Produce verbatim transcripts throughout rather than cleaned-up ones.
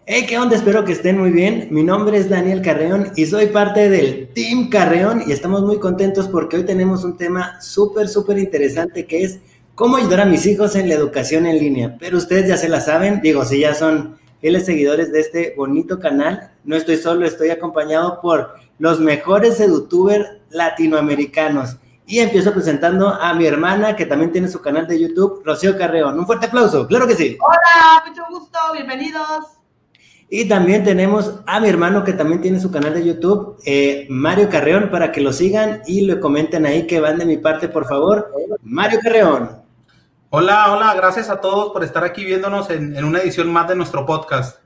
Hey, ¿qué onda? Espero que estén muy bien. Mi nombre es Daniel Carreón y soy parte del Team Carreón y estamos muy contentos porque hoy tenemos un tema súper, súper interesante que es cómo ayudar a mis hijos en la educación en línea. Pero ustedes ya se la saben, digo, si ya son fieles seguidores de este bonito canal, no estoy solo, estoy acompañado por los mejores edutubers latinoamericanos. Y empiezo presentando a mi hermana, que también tiene su canal de YouTube, Rocío Carreón. Un fuerte aplauso, claro que sí. Hola, mucho gusto, bienvenidos. Y también tenemos a mi hermano que también tiene su canal de YouTube, eh, Mario Carreón, para que lo sigan y lo comenten ahí que van de mi parte, por favor. Mario Carreón. Hola, hola, gracias a todos por estar aquí viéndonos en, en una edición más de nuestro podcast.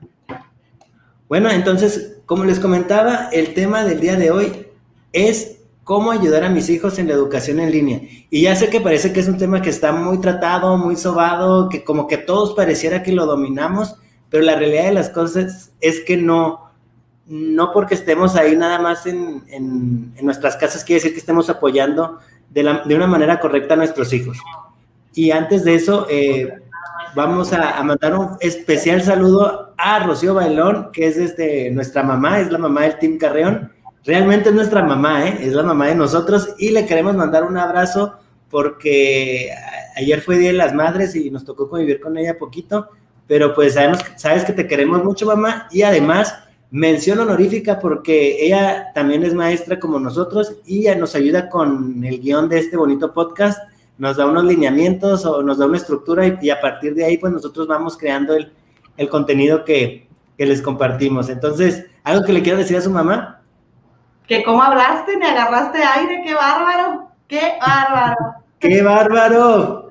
Bueno, entonces, como les comentaba, el tema del día de hoy es cómo ayudar a mis hijos en la educación en línea. Y ya sé que parece que es un tema que está muy tratado, muy sobado, que como que todos pareciera que lo dominamos, pero la realidad de las cosas es que no, no porque estemos ahí nada más en, en, en nuestras casas quiere decir que estemos apoyando de, la, de una manera correcta a nuestros hijos. Y antes de eso, eh, vamos a, a mandar un especial saludo a Rocío Bailón, que es este, nuestra mamá, es la mamá del Team Carreón. Realmente es nuestra mamá, ¿eh? Es la mamá de nosotros y le queremos mandar un abrazo porque ayer fue Día de las Madres y nos tocó convivir con ella poquito. Pero pues sabemos, sabes que te queremos mucho, mamá, y además mención honorífica porque ella también es maestra como nosotros y ella nos ayuda con el guión de este bonito podcast, nos da unos lineamientos o nos da una estructura y, y a partir de ahí pues nosotros vamos creando el, el contenido que, que les compartimos. Entonces, ¿algo que le quiero decir a su mamá? Que cómo hablaste, me agarraste aire, qué bárbaro, qué bárbaro. ¡Qué bárbaro!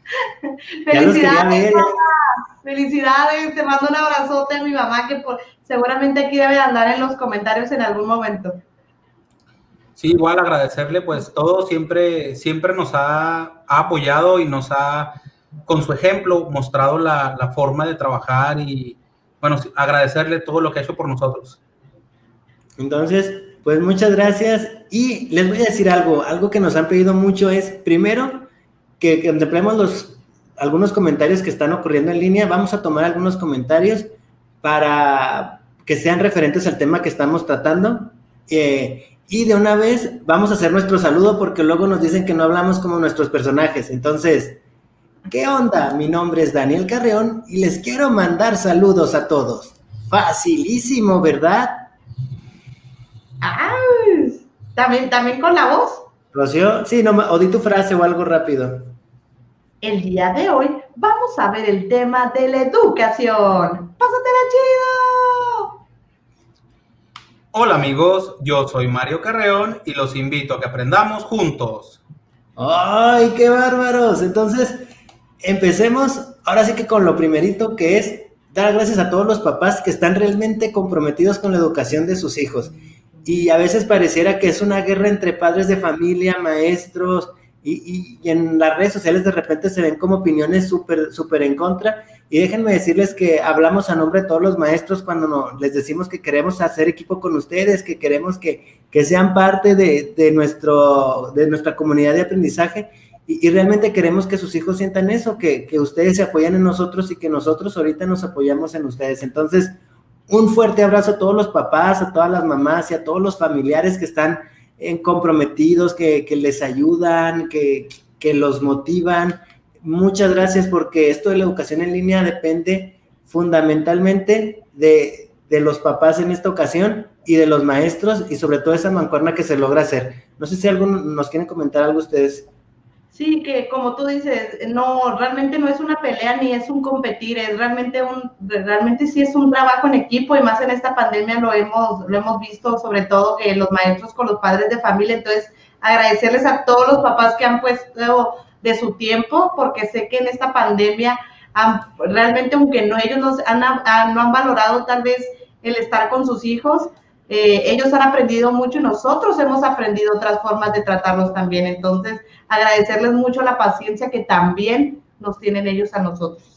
Felicidades, mamá. Felicidades, te mando un abrazote a mi mamá que por, seguramente aquí debe andar en los comentarios en algún momento. Sí, igual agradecerle, pues todo siempre, siempre nos ha, ha apoyado y nos ha, con su ejemplo, mostrado la, la forma de trabajar y, bueno, agradecerle todo lo que ha hecho por nosotros. Entonces, pues muchas gracias y les voy a decir algo, algo que nos han pedido mucho es, primero, que, que contemplemos los algunos comentarios que están ocurriendo en línea. Vamos a tomar algunos comentarios para que sean referentes al tema que estamos tratando. Eh, y de una vez vamos a hacer nuestro saludo porque luego nos dicen que no hablamos como nuestros personajes. Entonces, ¿qué onda? Mi nombre es Daniel Carreón y les quiero mandar saludos a todos. Facilísimo, ¿verdad? ¡Ay! ¿También, también con la voz? Rocío, sí, no, o di tu frase o algo rápido. El día de hoy vamos a ver el tema de la educación. ¡Pásatela chido! Hola amigos, yo soy Mario Carreón y los invito a que aprendamos juntos. ¡Ay, qué bárbaros! Entonces, empecemos ahora sí que con lo primerito, que es dar gracias a todos los papás que están realmente comprometidos con la educación de sus hijos. Y a veces pareciera que es una guerra entre padres de familia, maestros, Y, y, y en las redes sociales de repente se ven como opiniones súper súper en contra, y déjenme decirles que hablamos a nombre de todos los maestros cuando no, les decimos que queremos hacer equipo con ustedes, que queremos que, que sean parte de, de, nuestro, de nuestra comunidad de aprendizaje, y, y realmente queremos que sus hijos sientan eso, que, que ustedes se apoyan en nosotros y que nosotros ahorita nos apoyamos en ustedes. Entonces, un fuerte abrazo a todos los papás, a todas las mamás y a todos los familiares que están en comprometidos, que, que les ayudan, que, que los motivan. Muchas gracias porque esto de la educación en línea depende fundamentalmente de, de los papás en esta ocasión y de los maestros y sobre todo esa mancuerna que se logra hacer. No sé si alguno, nos quieren comentar algo ustedes. Sí, que como tú dices, no, realmente no es una pelea ni es un competir, es realmente un, realmente sí es un trabajo en equipo y más en esta pandemia lo hemos, lo hemos visto, sobre todo que los maestros con los padres de familia. Entonces, agradecerles a todos los papás que han puesto de su tiempo, porque sé que en esta pandemia han, realmente aunque no ellos no han, han, no han valorado tal vez el estar con sus hijos, Eh, ellos han aprendido mucho y nosotros hemos aprendido otras formas de tratarlos también. Entonces, agradecerles mucho la paciencia que también nos tienen ellos a nosotros.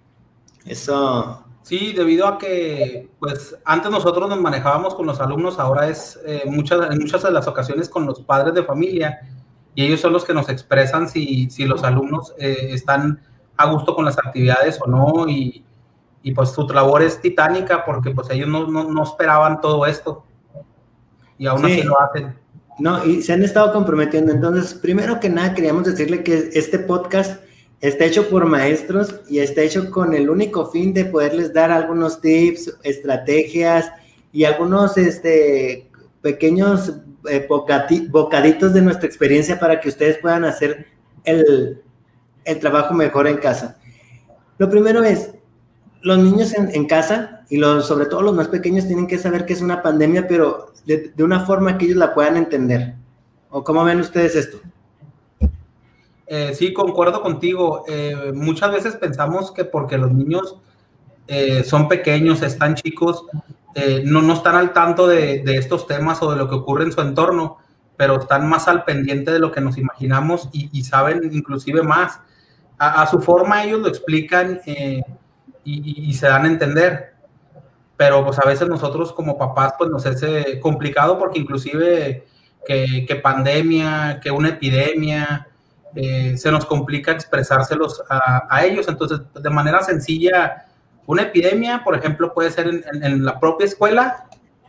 Eso. Sí, debido a que, pues, antes nosotros nos manejábamos con los alumnos, ahora es eh, muchas, en muchas de las ocasiones con los padres de familia, y ellos son los que nos expresan si, si los alumnos eh, están a gusto con las actividades o no, y y pues su labor es titánica porque pues ellos no, no, no esperaban todo esto y aún sí. así lo hacen. No, y se han estado comprometiendo. Entonces, primero que nada, queríamos decirle que este podcast está hecho por maestros y está hecho con el único fin de poderles dar algunos tips, estrategias y algunos este, pequeños eh, bocati, bocaditos de nuestra experiencia para que ustedes puedan hacer el, el trabajo mejor en casa. Lo primero es, los niños en, en casa y los, sobre todo los más pequeños tienen que saber que es una pandemia, pero de, de una forma que ellos la puedan entender. ¿O cómo ven ustedes esto? Eh, sí, concuerdo contigo. Eh, muchas veces pensamos que porque los niños eh, son pequeños, están chicos, eh, no, no están al tanto de, de estos temas o de lo que ocurre en su entorno, pero están más al pendiente de lo que nos imaginamos y, y saben inclusive más. A, a su forma ellos lo explican eh, y, y, y se dan a entender. Pero pues a veces nosotros como papás pues nos es eh, complicado porque inclusive que, que pandemia, que una epidemia, eh, se nos complica expresárselos a, a ellos. Entonces, de manera sencilla, una epidemia, por ejemplo, puede ser en, en, en la propia escuela,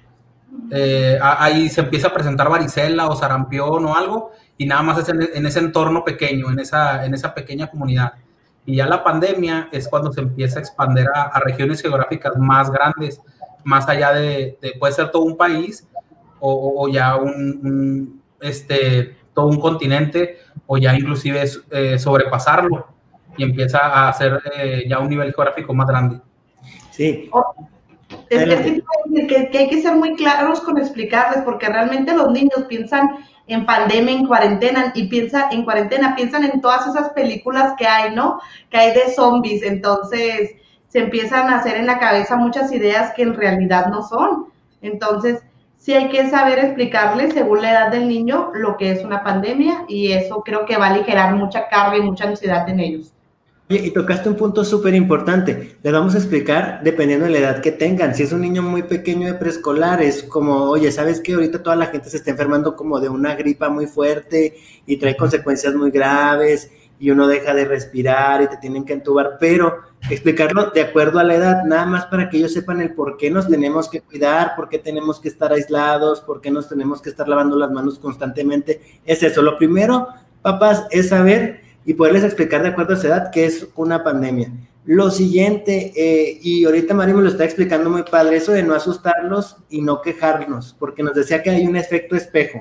eh, ahí se empieza a presentar varicela o sarampión o algo, y nada más es en, en ese entorno pequeño, en esa, en esa pequeña comunidad. Y ya la pandemia es cuando se empieza a expandir a, a regiones geográficas más grandes, más allá de, de puede ser todo un país o, o ya un, un, este, todo un continente, o ya inclusive eh, sobrepasarlo y empieza a hacer eh, ya un nivel geográfico más grande. Sí. Es, es que, que hay que ser muy claros con explicarles, porque realmente los niños piensan en pandemia, en cuarentena, y piensan en cuarentena, piensan en todas esas películas que hay, ¿no? Que hay de zombies, entonces se empiezan a hacer en la cabeza muchas ideas que en realidad no son. Entonces, sí hay que saber explicarles según la edad del niño lo que es una pandemia, y eso creo que va a aligerar mucha carga y mucha ansiedad en ellos. Y tocaste un punto súper importante. Les vamos a explicar dependiendo de la edad que tengan. Si es un niño muy pequeño de preescolar, es como, oye, ¿sabes qué? Ahorita toda la gente se está enfermando como de una gripa muy fuerte y trae consecuencias muy graves y uno deja de respirar y te tienen que entubar, pero explicarlo de acuerdo a la edad, nada más para que ellos sepan el por qué nos tenemos que cuidar, por qué tenemos que estar aislados, por qué nos tenemos que estar lavando las manos constantemente. Es eso. Lo primero, papás, es saber y poderles explicar de acuerdo a esa edad qué es una pandemia. Lo siguiente, eh, y ahorita Mari me lo está explicando muy padre, eso de no asustarlos y no quejarnos, porque nos decía que hay un efecto espejo.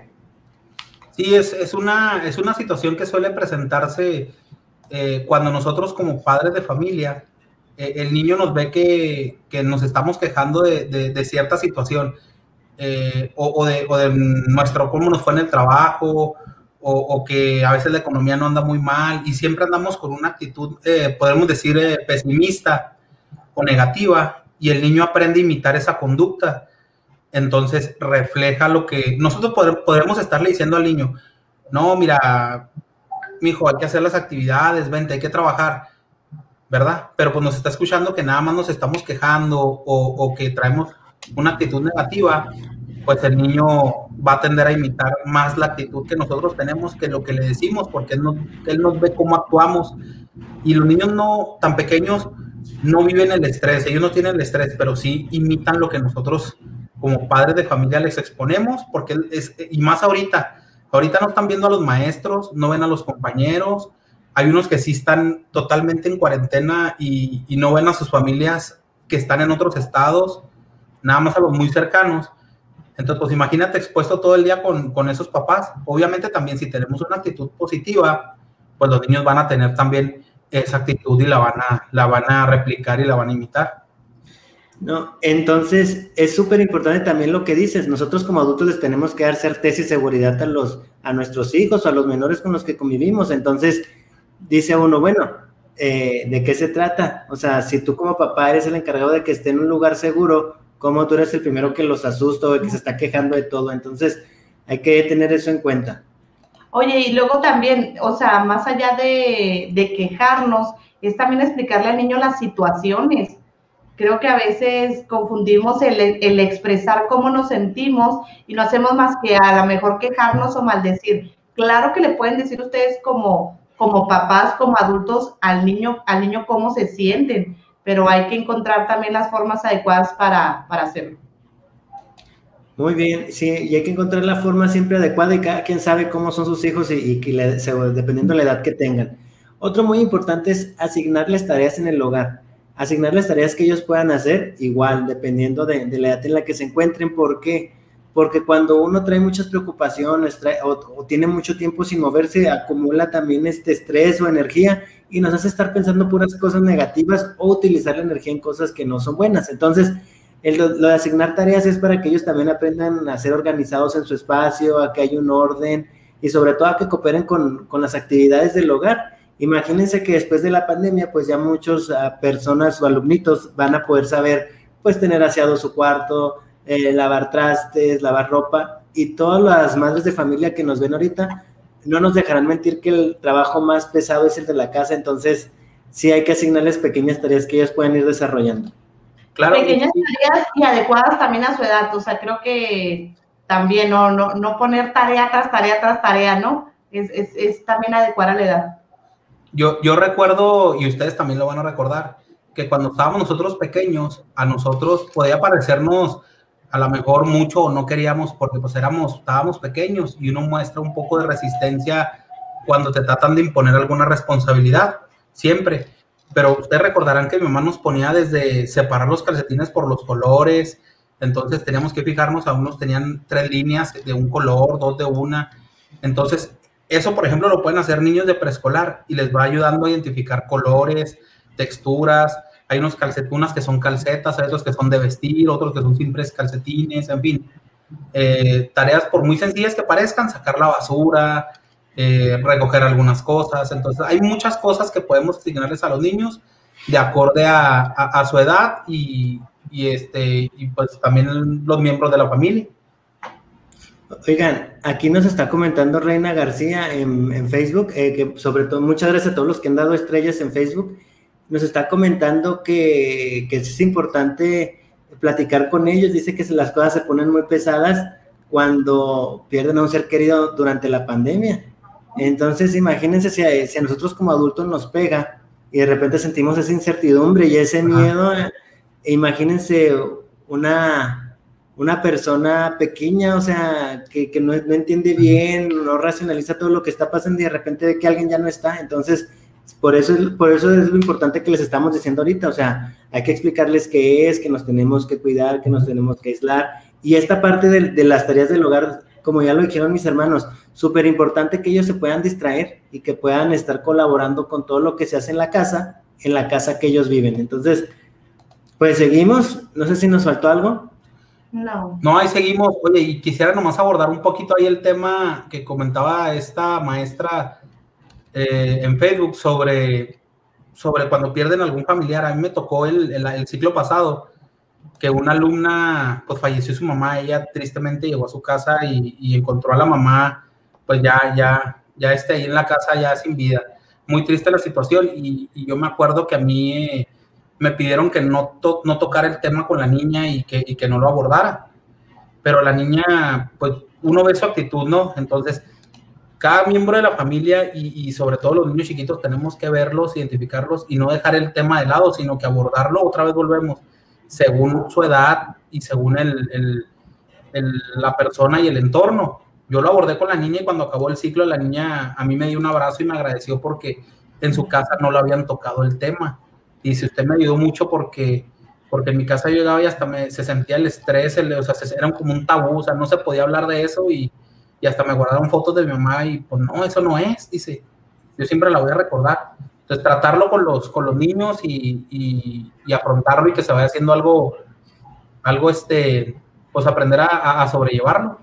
Sí, es, es, una, es una situación que suele presentarse eh, cuando nosotros como padres de familia, eh, el niño nos ve que, que nos estamos quejando de, de, de cierta situación, eh, o, o, de, o de nuestro cómo nos fue en el trabajo, O, o que a veces la economía no anda muy mal y siempre andamos con una actitud, eh, podemos decir, eh, pesimista o negativa, y el niño aprende a imitar esa conducta. Entonces refleja lo que nosotros podremos, podremos estarle diciendo al niño: no, mira, mijo, hay que hacer las actividades, vente, hay que trabajar, ¿verdad? Pero pues nos está escuchando que nada más nos estamos quejando o, o que traemos una actitud negativa, pues el niño va a tender a imitar más la actitud que nosotros tenemos que lo que le decimos, porque él nos, él nos ve cómo actuamos. Y los niños no tan pequeños no viven el estrés, ellos no tienen el estrés, pero sí imitan lo que nosotros como padres de familia les exponemos, porque es, y más ahorita, ahorita no están viendo a los maestros, no ven a los compañeros, hay unos que sí están totalmente en cuarentena y, y no ven a sus familias que están en otros estados, nada más a los muy cercanos. Entonces, pues imagínate expuesto todo el día con, con esos papás. Obviamente también si tenemos una actitud positiva, pues los niños van a tener también esa actitud y la van a, la van a replicar y la van a imitar. No, entonces es súper importante también lo que dices. Nosotros como adultos les tenemos que dar certeza y seguridad a, los, a nuestros hijos o a los menores con los que convivimos. Entonces dice uno, bueno, eh, ¿de qué se trata? O sea, si tú como papá eres el encargado de que esté en un lugar seguro, ¿cómo tú eres el primero que los asusta o que se está quejando de todo? Entonces, hay que tener eso en cuenta. Oye, y luego también, o sea, más allá de, de quejarnos, es también explicarle al niño las situaciones. Creo que a veces confundimos el, el expresar cómo nos sentimos y no hacemos más que a lo mejor quejarnos o maldecir. Claro que le pueden decir ustedes como, como papás, como adultos, al niño, al niño cómo se sienten, pero hay que encontrar también las formas adecuadas para, para hacerlo. Muy bien, sí, y hay que encontrar la forma siempre adecuada y cada quien sabe cómo son sus hijos y, y que le, se, dependiendo de la edad que tengan. Otro muy importante es asignarles tareas en el hogar, asignarles tareas que ellos puedan hacer igual, dependiendo de, de la edad en la que se encuentren. ¿Por qué? Porque cuando uno trae muchas preocupaciones trae, o, o tiene mucho tiempo sin moverse, acumula también este estrés o energía y nos hace estar pensando puras cosas negativas o utilizar la energía en cosas que no son buenas. Entonces, El, lo de asignar tareas es para que ellos también aprendan a ser organizados en su espacio, a que haya un orden y sobre todo a que cooperen con, con las actividades del hogar. Imagínense que después de la pandemia, pues ya muchas uh, personas o alumnitos van a poder saber, pues tener aseado su cuarto, eh, lavar trastes, lavar ropa, y todas las madres de familia que nos ven ahorita no nos dejarán mentir que el trabajo más pesado es el de la casa. Entonces sí hay que asignarles pequeñas tareas que ellos pueden ir desarrollando. Claro, pequeñas tareas y adecuadas también a su edad, o sea, creo que también no, no, no poner tarea tras tarea tras tarea, ¿no? Es, es, es también adecuar a la edad. Yo, yo recuerdo, y ustedes también lo van a recordar, que cuando estábamos nosotros pequeños, a nosotros podía parecernos a lo mejor mucho o no queríamos, porque pues éramos, estábamos pequeños y uno muestra un poco de resistencia cuando te tratan de imponer alguna responsabilidad, siempre. Pero ustedes recordarán que mi mamá nos ponía desde separar los calcetines por los colores, entonces teníamos que fijarnos, a unos tenían tres líneas de un color, dos de una, entonces eso, por ejemplo, lo pueden hacer niños de preescolar y les va ayudando a identificar colores, texturas. Hay unos calcetines, unas que son calcetas, hay otros que son de vestir, otros que son simples calcetines, en fin. Eh, tareas por muy sencillas que parezcan, sacar la basura, eh, recoger algunas cosas. Entonces, hay muchas cosas que podemos asignarles a los niños de acorde a, a, a su edad y, y, este, y pues también los miembros de la familia. Oigan, aquí nos está comentando Reina García en, en Facebook, eh, que sobre todo, muchas gracias a todos los que han dado estrellas en Facebook. Nos está comentando que, que es importante platicar con ellos. Dice que las cosas se ponen muy pesadas cuando pierden a un ser querido durante la pandemia. Entonces, imagínense si a, si a nosotros como adultos nos pega y de repente sentimos esa incertidumbre y ese miedo. Ajá. Imagínense una... una persona pequeña, o sea, que, que no, no entiende bien, no racionaliza todo lo que está pasando y de repente ve que alguien ya no está. Entonces, por eso, por eso es lo importante que les estamos diciendo ahorita, o sea, hay que explicarles qué es, que nos tenemos que cuidar, que nos tenemos que aislar, y esta parte de, de las tareas del hogar, como ya lo dijeron mis hermanos, súper importante que ellos se puedan distraer y que puedan estar colaborando con todo lo que se hace en la casa, en la casa que ellos viven. Entonces, pues seguimos, no sé si nos faltó algo. No. No, ahí seguimos. Oye, y quisiera nomás abordar un poquito ahí el tema que comentaba esta maestra eh, en Facebook sobre, sobre cuando pierden algún familiar. A mí me tocó el, el, el ciclo pasado que una alumna, pues falleció su mamá. Ella tristemente llegó a su casa y, y encontró a la mamá, pues ya, ya, ya esté ahí en la casa, ya sin vida. Muy triste la situación y, y yo me acuerdo que a mí... Eh, me pidieron que no, to no tocara el tema con la niña y que, y que no lo abordara. Pero la niña, pues, uno ve su actitud, ¿no? Entonces, cada miembro de la familia y, y sobre todo los niños chiquitos tenemos que verlos, identificarlos y no dejar el tema de lado, sino que abordarlo, otra vez volvemos, según su edad y según el, el, el, la persona y el entorno. Yo lo abordé con la niña y cuando acabó el ciclo, la niña a mí me dio un abrazo y me agradeció porque en su casa no lo habían tocado el tema. Y si usted me ayudó mucho porque, porque en mi casa yo llegaba y hasta me, se sentía el estrés, el, o sea, se, era como un tabú, o sea, no se podía hablar de eso y, y hasta me guardaron fotos de mi mamá y pues no, eso no es, dice, yo siempre la voy a recordar. Entonces tratarlo con los, con los niños y, y, y afrontarlo y que se vaya haciendo algo, algo este, pues aprender a, a sobrellevarlo.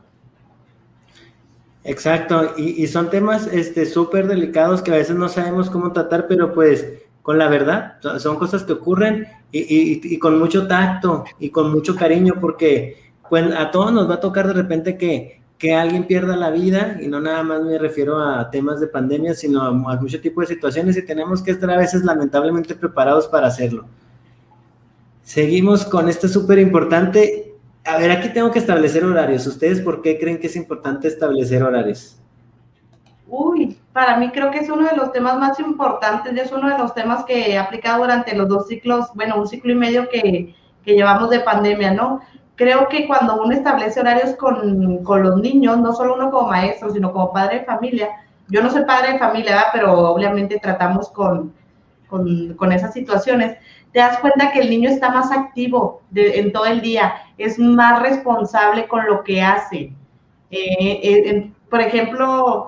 Exacto, y, y son temas este, súper delicados que a veces no sabemos cómo tratar, pero pues... con la verdad, son cosas que ocurren y, y, y con mucho tacto y con mucho cariño, porque pues, a todos nos va a tocar de repente que, que alguien pierda la vida, y no nada más me refiero a temas de pandemia, sino a, a mucho tipo de situaciones, y tenemos que estar a veces lamentablemente preparados para hacerlo. Seguimos con esto súper importante. A ver, aquí tengo que establecer horarios. ¿Ustedes por qué creen que es importante establecer horarios? Uy, para mí creo que es uno de los temas más importantes, es uno de los temas que he aplicado durante los dos ciclos, bueno, un ciclo y medio que, que llevamos de pandemia, ¿no? Creo que cuando uno establece horarios con, con los niños, no solo uno como maestro, sino como padre de familia, yo no soy padre de familia, ¿verdad? Pero obviamente tratamos con, con, con esas situaciones, te das cuenta que el niño está más activo de, en todo el día, es más responsable con lo que hace. Eh, eh, por ejemplo,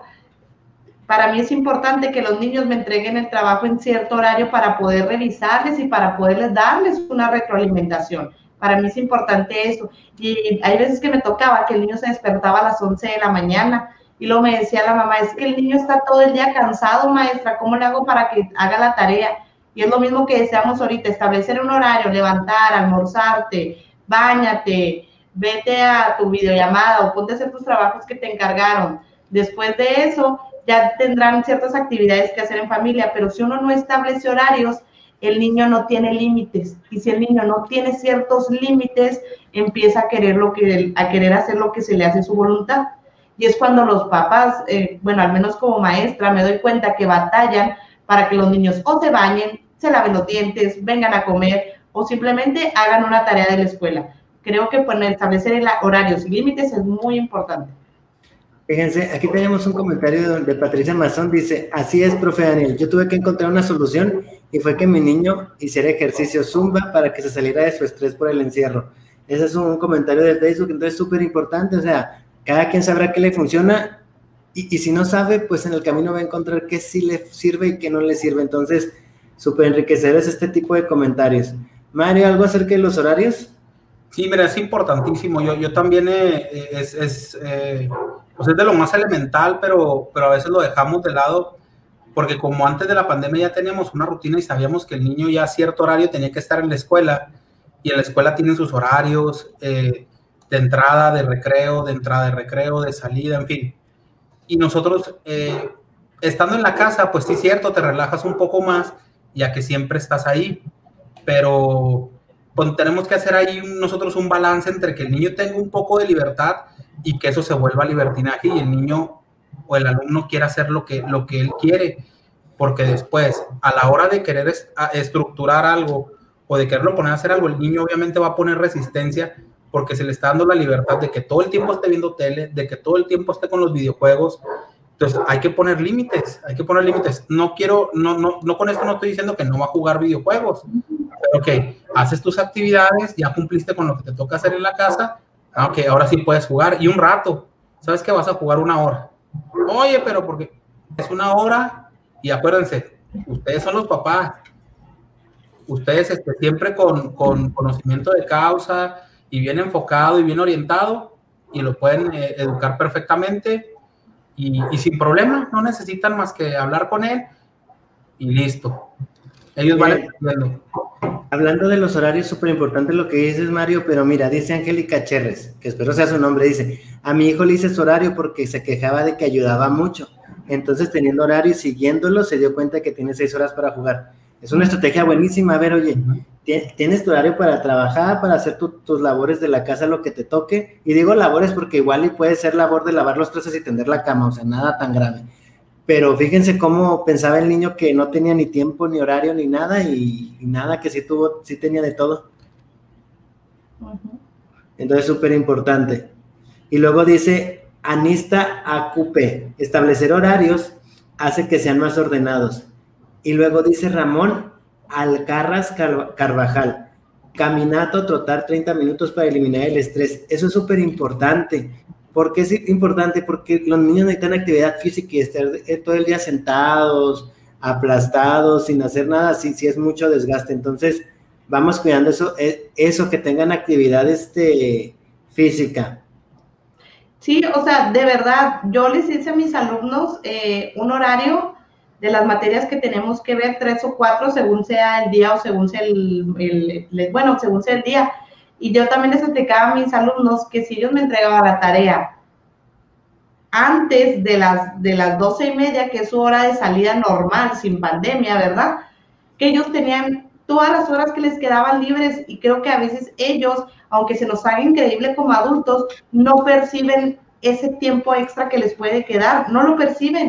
para mí es importante que los niños me entreguen el trabajo en cierto horario para poder revisarles y para poderles darles una retroalimentación. Para mí es importante eso. Y hay veces que me tocaba que el niño se despertaba a las once de la mañana y luego me decía la mamá, es que el niño está todo el día cansado, maestra, ¿cómo le hago para que haga la tarea? Y es lo mismo que deseamos ahorita, establecer un horario, levantar, almorzarte, báñate, vete a tu videollamada o ponte a hacer tus trabajos que te encargaron. Después de eso, ya tendrán ciertas actividades que hacer en familia, pero si uno no establece horarios, el niño no tiene límites, y si el niño no tiene ciertos límites, empieza a querer, lo que, a querer hacer lo que se le hace su voluntad, y es cuando los papás, eh, bueno, al menos como maestra, me doy cuenta que batallan para que los niños o se bañen, se laven los dientes, vengan a comer, o simplemente hagan una tarea de la escuela. Creo que poner, establecer horarios y límites es muy importante. Fíjense, aquí tenemos un comentario de Patricia Mazón, dice, así es, profe Daniel, yo tuve que encontrar una solución y fue que mi niño hiciera ejercicio Zumba para que se saliera de su estrés por el encierro. Ese es un comentario de Facebook, entonces súper importante, o sea, cada quien sabrá qué le funciona y, y si no sabe, pues en el camino va a encontrar qué sí le sirve y qué no le sirve, entonces súper enriquecedores este tipo de comentarios. Mario, ¿algo acerca de los horarios? Sí, mira, es importantísimo, yo, yo también eh, es... es eh... pues es de lo más elemental, pero, pero a veces lo dejamos de lado, porque como antes de la pandemia ya teníamos una rutina y sabíamos que el niño ya a cierto horario tenía que estar en la escuela, y en la escuela tienen sus horarios eh, de entrada, de recreo, de entrada de recreo, de salida, en fin. Y nosotros, eh, estando en la casa, pues sí es cierto, te relajas un poco más, ya que siempre estás ahí, pero pues, tenemos que hacer ahí nosotros un balance entre que el niño tenga un poco de libertad y que eso se vuelva libertinaje y el niño o el alumno quiera hacer lo que, lo que él quiere, porque después, a la hora de querer est estructurar algo o de quererlo poner a hacer algo, el niño obviamente va a poner resistencia porque se le está dando la libertad de que todo el tiempo esté viendo tele, de que todo el tiempo esté con los videojuegos. Entonces hay que poner límites, hay que poner límites. No quiero, no, no, no con esto no estoy diciendo que no va a jugar videojuegos, pero ok, haces tus actividades, ya cumpliste con lo que te toca hacer en la casa. Ah, ok, ahora sí puedes jugar, y un rato, ¿sabes que vas a jugar una hora? Oye, pero porque es una hora, y acuérdense, ustedes son los papás, ustedes este, siempre con, con conocimiento de causa, y bien enfocado, y bien orientado, y lo pueden eh, educar perfectamente, y, y sin problema, no necesitan más que hablar con él, y listo. Ellos van entendiendo. Hablando de los horarios, súper importante lo que dices, Mario, pero mira, dice Angélica Cherres, que espero sea su nombre, dice, a mi hijo le hice su horario porque se quejaba de que ayudaba mucho, entonces teniendo horario y siguiéndolo se dio cuenta que tiene seis horas para jugar. Es una estrategia buenísima. A ver, oye, tienes tu horario para trabajar, para hacer tu, tus labores de la casa, lo que te toque, y digo labores porque igual y puede ser labor de lavar los trastes y tender la cama, o sea, nada tan grave. Pero fíjense cómo pensaba el niño que no tenía ni tiempo, ni horario, ni nada, y, y nada, que sí tuvo, sí tenía de todo. Uh-huh. Entonces, súper importante. Y luego dice Anista Acupe, establecer horarios hace que sean más ordenados. Y luego dice Ramón Alcarraz Carvajal, caminato, trotar treinta minutos para eliminar el estrés. Eso es súper importante. ¿Por qué es importante? Porque los niños necesitan actividad física y estar todo el día sentados, aplastados, sin hacer nada, sí, sí es mucho desgaste. Entonces, vamos cuidando eso, eso que tengan actividad este, física. Sí, o sea, de verdad, yo les hice a mis alumnos eh, un horario de las materias que tenemos que ver, tres o cuatro, según sea el día o según sea el, el, el bueno, según sea el día. Y yo también les explicaba a mis alumnos que si ellos me entregaban la tarea antes de las, de las doce y media, que es su hora de salida normal, sin pandemia, ¿verdad? Que ellos tenían todas las horas que les quedaban libres, y creo que a veces ellos, aunque se nos haga increíble como adultos, no perciben ese tiempo extra que les puede quedar, no lo perciben.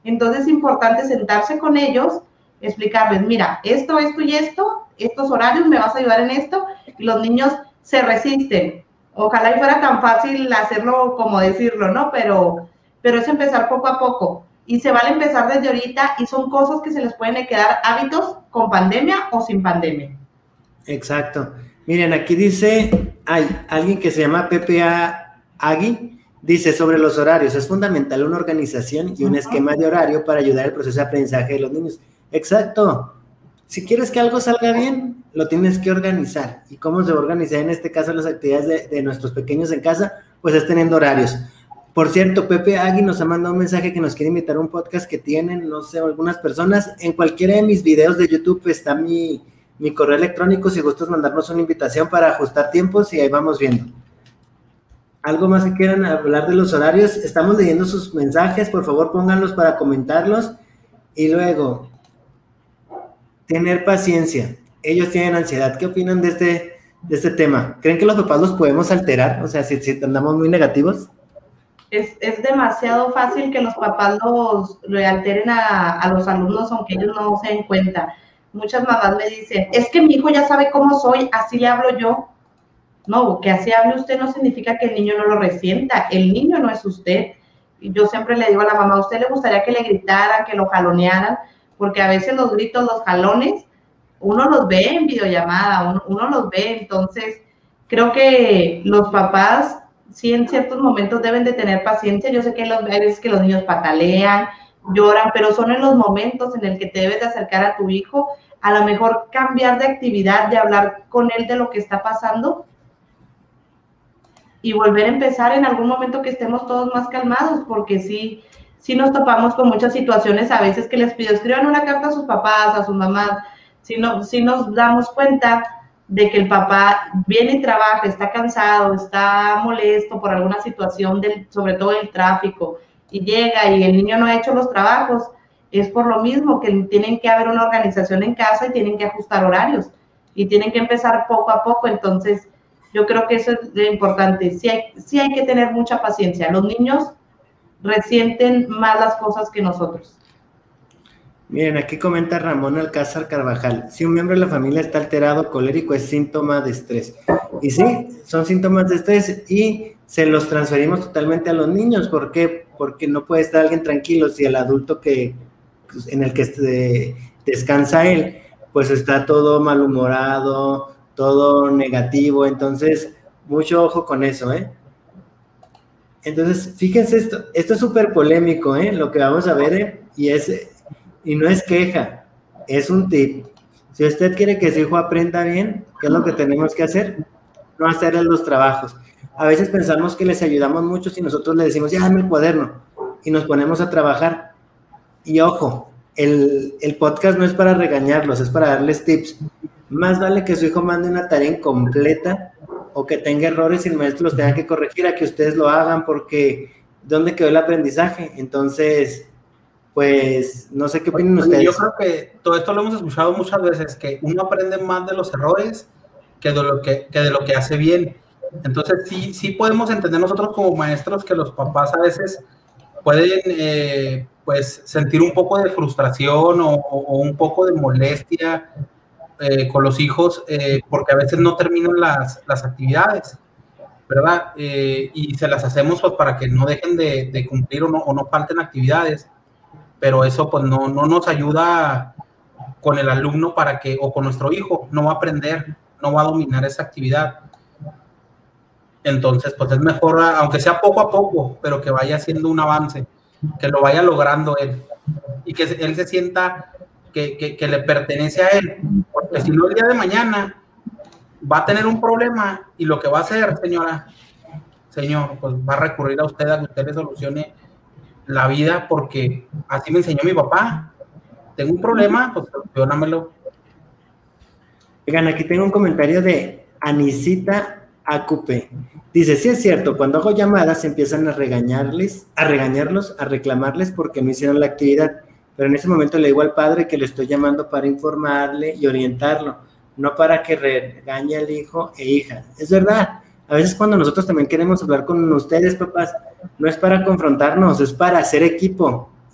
Entonces es importante sentarse con ellos, explicarles, mira, esto, esto y esto, estos horarios, me vas a ayudar en esto, y los niños se resisten. Ojalá y fuera tan fácil hacerlo como decirlo, ¿no? Pero, pero es empezar poco a poco. Y se vale empezar desde ahorita y son cosas que se les pueden quedar hábitos con pandemia o sin pandemia. Exacto. Miren, aquí dice, hay alguien que se llama Pepe A. Agui, dice sobre los horarios, es fundamental una organización y un uh-huh. esquema de horario para ayudar al proceso de aprendizaje de los niños. Exacto. Si quieres que algo salga bien, lo tienes que organizar. ¿Y cómo se va a organizar en este caso las actividades de, de nuestros pequeños en casa? Pues es teniendo horarios. Por cierto, Pepe Agui nos ha mandado un mensaje que nos quiere invitar a un podcast que tienen, no sé, algunas personas. En cualquiera de mis videos de YouTube está mi, mi correo electrónico, si gustas mandarnos una invitación para ajustar tiempos y ahí vamos viendo. ¿Algo más que quieran hablar de los horarios? Estamos leyendo sus mensajes, por favor pónganlos para comentarlos. Y luego, tener paciencia. Ellos tienen ansiedad. ¿Qué opinan de este, de este tema? ¿Creen que los papás los podemos alterar? O sea, si, si andamos muy negativos. Es, es demasiado fácil que los papás los realteren a, a los alumnos, aunque ellos no se den cuenta. Muchas mamás me dicen, es que mi hijo ya sabe cómo soy, así le hablo yo. No, que así hable usted no significa que el niño no lo resienta. El niño no es usted. Y yo siempre le digo a la mamá, ¿a usted le gustaría que le gritaran, que lo jalonearan? Porque a veces los gritos, los jalones, uno los ve en videollamada, uno, uno los ve. Entonces, creo que los papás sí en ciertos momentos deben de tener paciencia. Yo sé que hay veces que los niños patalean, lloran, pero son en los momentos en el que te debes de acercar a tu hijo, a lo mejor cambiar de actividad, de hablar con él de lo que está pasando y volver a empezar en algún momento que estemos todos más calmados, porque sí, sí nos topamos con muchas situaciones a veces que les pido, escriban una carta a sus papás, a sus mamás, si no, si nos damos cuenta de que el papá viene y trabaja, está cansado, está molesto por alguna situación, del, sobre todo el tráfico, y llega y el niño no ha hecho los trabajos, es por lo mismo que tienen que haber una organización en casa y tienen que ajustar horarios, y tienen que empezar poco a poco. Entonces, yo creo que eso es lo importante. Sí hay, sí hay que tener mucha paciencia. Los niños resienten más las cosas que nosotros. Miren, aquí comenta Ramón Alcázar Carvajal. Si un miembro de la familia está alterado, colérico, es síntoma de estrés. Y sí, son síntomas de estrés y se los transferimos totalmente a los niños. ¿Por qué? Porque no puede estar alguien tranquilo si el adulto que, en el que este, descansa él, pues está todo malhumorado, todo negativo. Entonces, mucho ojo con eso, ¿eh? Entonces, fíjense esto, esto es súper polémico, ¿eh? Lo que vamos a ver, ¿eh? Y es... Y no es queja, es un tip. Si usted quiere que su hijo aprenda bien, ¿qué es lo que tenemos que hacer? No hacerle los trabajos. A veces pensamos que les ayudamos mucho si nosotros le decimos, ya dame el cuaderno, y nos ponemos a trabajar. Y ojo, el, el podcast no es para regañarlos, es para darles tips. Más vale que su hijo mande una tarea incompleta o que tenga errores y el maestro los tenga que corregir a que ustedes lo hagan, porque ¿dónde quedó el aprendizaje? Entonces... pues no sé qué opinan ustedes. Yo creo que todo esto lo hemos escuchado muchas veces, que uno aprende más de los errores que de lo que, que, de lo que hace bien. Entonces sí, sí podemos entender nosotros como maestros que los papás a veces pueden eh, pues sentir un poco de frustración o, o un poco de molestia eh, con los hijos eh, porque a veces no terminan las, las actividades, ¿verdad? Eh, y se las hacemos pues, para que no dejen de, de cumplir o no, o no falten actividades. Pero eso pues no, no nos ayuda con el alumno para que, o con nuestro hijo, no va a aprender, no va a dominar esa actividad. Entonces, pues es mejor, aunque sea poco a poco, pero que vaya haciendo un avance, que lo vaya logrando él, y que él se sienta que, que, que le pertenece a él, porque si no el día de mañana va a tener un problema, y lo que va a hacer, señora, señor, pues va a recurrir a usted a que usted le solucione la vida, porque así me enseñó mi papá. Tengo un problema, pues solucionamelo. Oigan, aquí tengo un comentario de Anisita Acupe. Dice, sí es cierto, cuando hago llamadas empiezan a regañarles, a regañarlos, a reclamarles porque no hicieron la actividad, pero en ese momento le digo al padre que le estoy llamando para informarle y orientarlo, no para que regañe al hijo e hija. Es verdad. A veces cuando nosotros también queremos hablar con ustedes, papás, no es para confrontarnos, es para hacer equipo.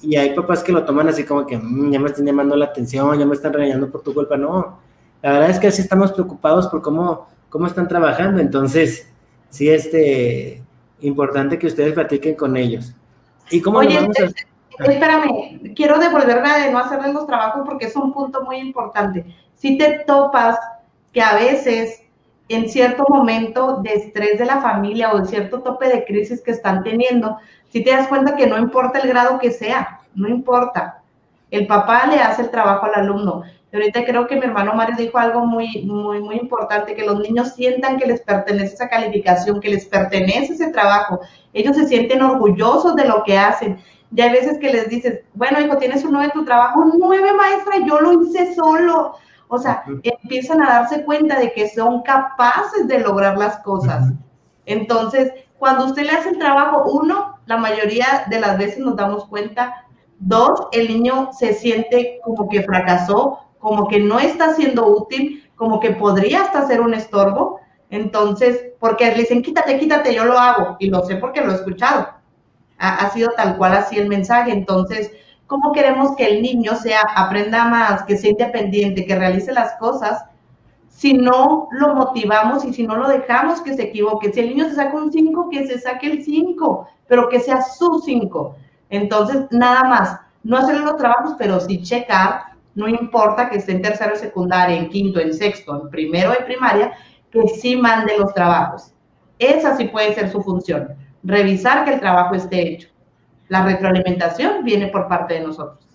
y hay papás que lo toman así como que mmm, ya me están llamando la atención, ya me están regañando por tu culpa. No, la verdad es que así estamos preocupados por cómo, cómo están trabajando. Entonces, sí, este, importante que ustedes platiquen con ellos. ¿Y cómo Oye, lo vamos a hacer? Espérame, quiero devolverme de no hacerles los trabajos porque es un punto muy importante. Si te topas que a veces en cierto momento de estrés de la familia o en cierto tope de crisis que están teniendo, si te das cuenta que no importa el grado que sea, no importa. El papá le hace el trabajo al alumno. Y ahorita creo que mi hermano Mario dijo algo muy, muy, muy importante, que los niños sientan que les pertenece esa calificación, que les pertenece ese trabajo. Ellos se sienten orgullosos de lo que hacen. Ya hay veces que les dices, bueno, hijo, tienes un nueve en tu trabajo. Un nueve, maestra, yo lo hice solo. O sea, uh-huh. empiezan a darse cuenta de que son capaces de lograr las cosas. Uh-huh. Entonces, cuando usted le hace el trabajo, uno, la mayoría de las veces nos damos cuenta. Dos, el niño se siente como que fracasó, como que no está siendo útil, como que podría hasta ser un estorbo. Entonces, porque le dicen, quítate, quítate, yo lo hago. Y lo sé porque lo he escuchado. Ha, ha sido tal cual así el mensaje. Entonces, ¿cómo queremos que el niño sea, aprenda más, que sea independiente, que realice las cosas, si no lo motivamos y si no lo dejamos que se equivoque? Si el niño se saca un cinco, que se saque el cinco, pero que sea su cinco. Entonces, nada más, no hacerle los trabajos, pero sí checar, no importa que esté en tercero de secundaria, en quinto, en sexto, en primero de primaria, que sí mande los trabajos. Esa sí puede ser su función, revisar que el trabajo esté hecho. La retroalimentación viene por parte de nosotros.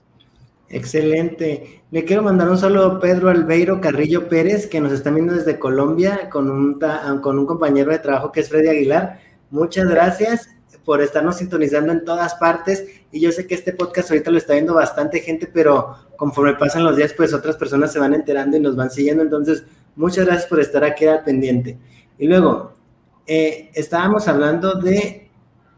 Excelente. Le quiero mandar un saludo a Pedro Albeiro Carrillo Pérez, que nos está viendo desde Colombia, con un, con un compañero de trabajo que es Freddy Aguilar. Muchas gracias por estarnos sintonizando en todas partes, y yo sé que este podcast ahorita lo está viendo bastante gente, pero conforme pasan los días, pues otras personas se van enterando y nos van siguiendo. Entonces, muchas gracias por estar aquí al pendiente. Y luego, eh, estábamos hablando de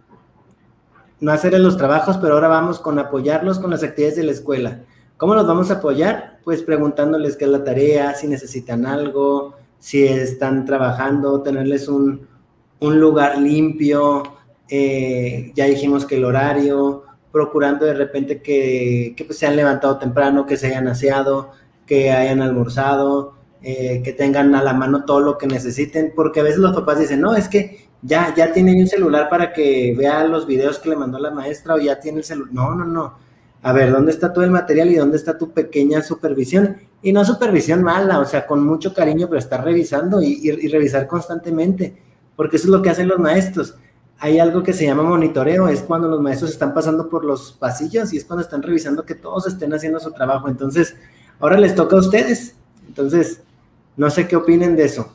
no hacer los trabajos, pero ahora vamos con apoyarlos con las actividades de la escuela. ¿Cómo los vamos a apoyar? Pues preguntándoles qué es la tarea, si necesitan algo, si están trabajando, tenerles un, un lugar limpio, eh, ya dijimos que el horario, procurando de repente que, que pues se han levantado temprano, que se hayan aseado, que hayan almorzado, eh, que tengan a la mano todo lo que necesiten, porque a veces los papás dicen, no, es que ya, ya tienen un celular para que vea los videos que le mandó la maestra, o ya tiene el celular. No, no, no. A ver, ¿dónde está todo el material y dónde está tu pequeña supervisión? Y no supervisión mala, o sea, con mucho cariño, pero estar revisando y, y, y revisar constantemente, porque eso es lo que hacen los maestros. Hay algo que se llama monitoreo, es cuando los maestros están pasando por los pasillos y es cuando están revisando que todos estén haciendo su trabajo. Entonces, ahora les toca a ustedes. Entonces, no sé qué opinen de eso.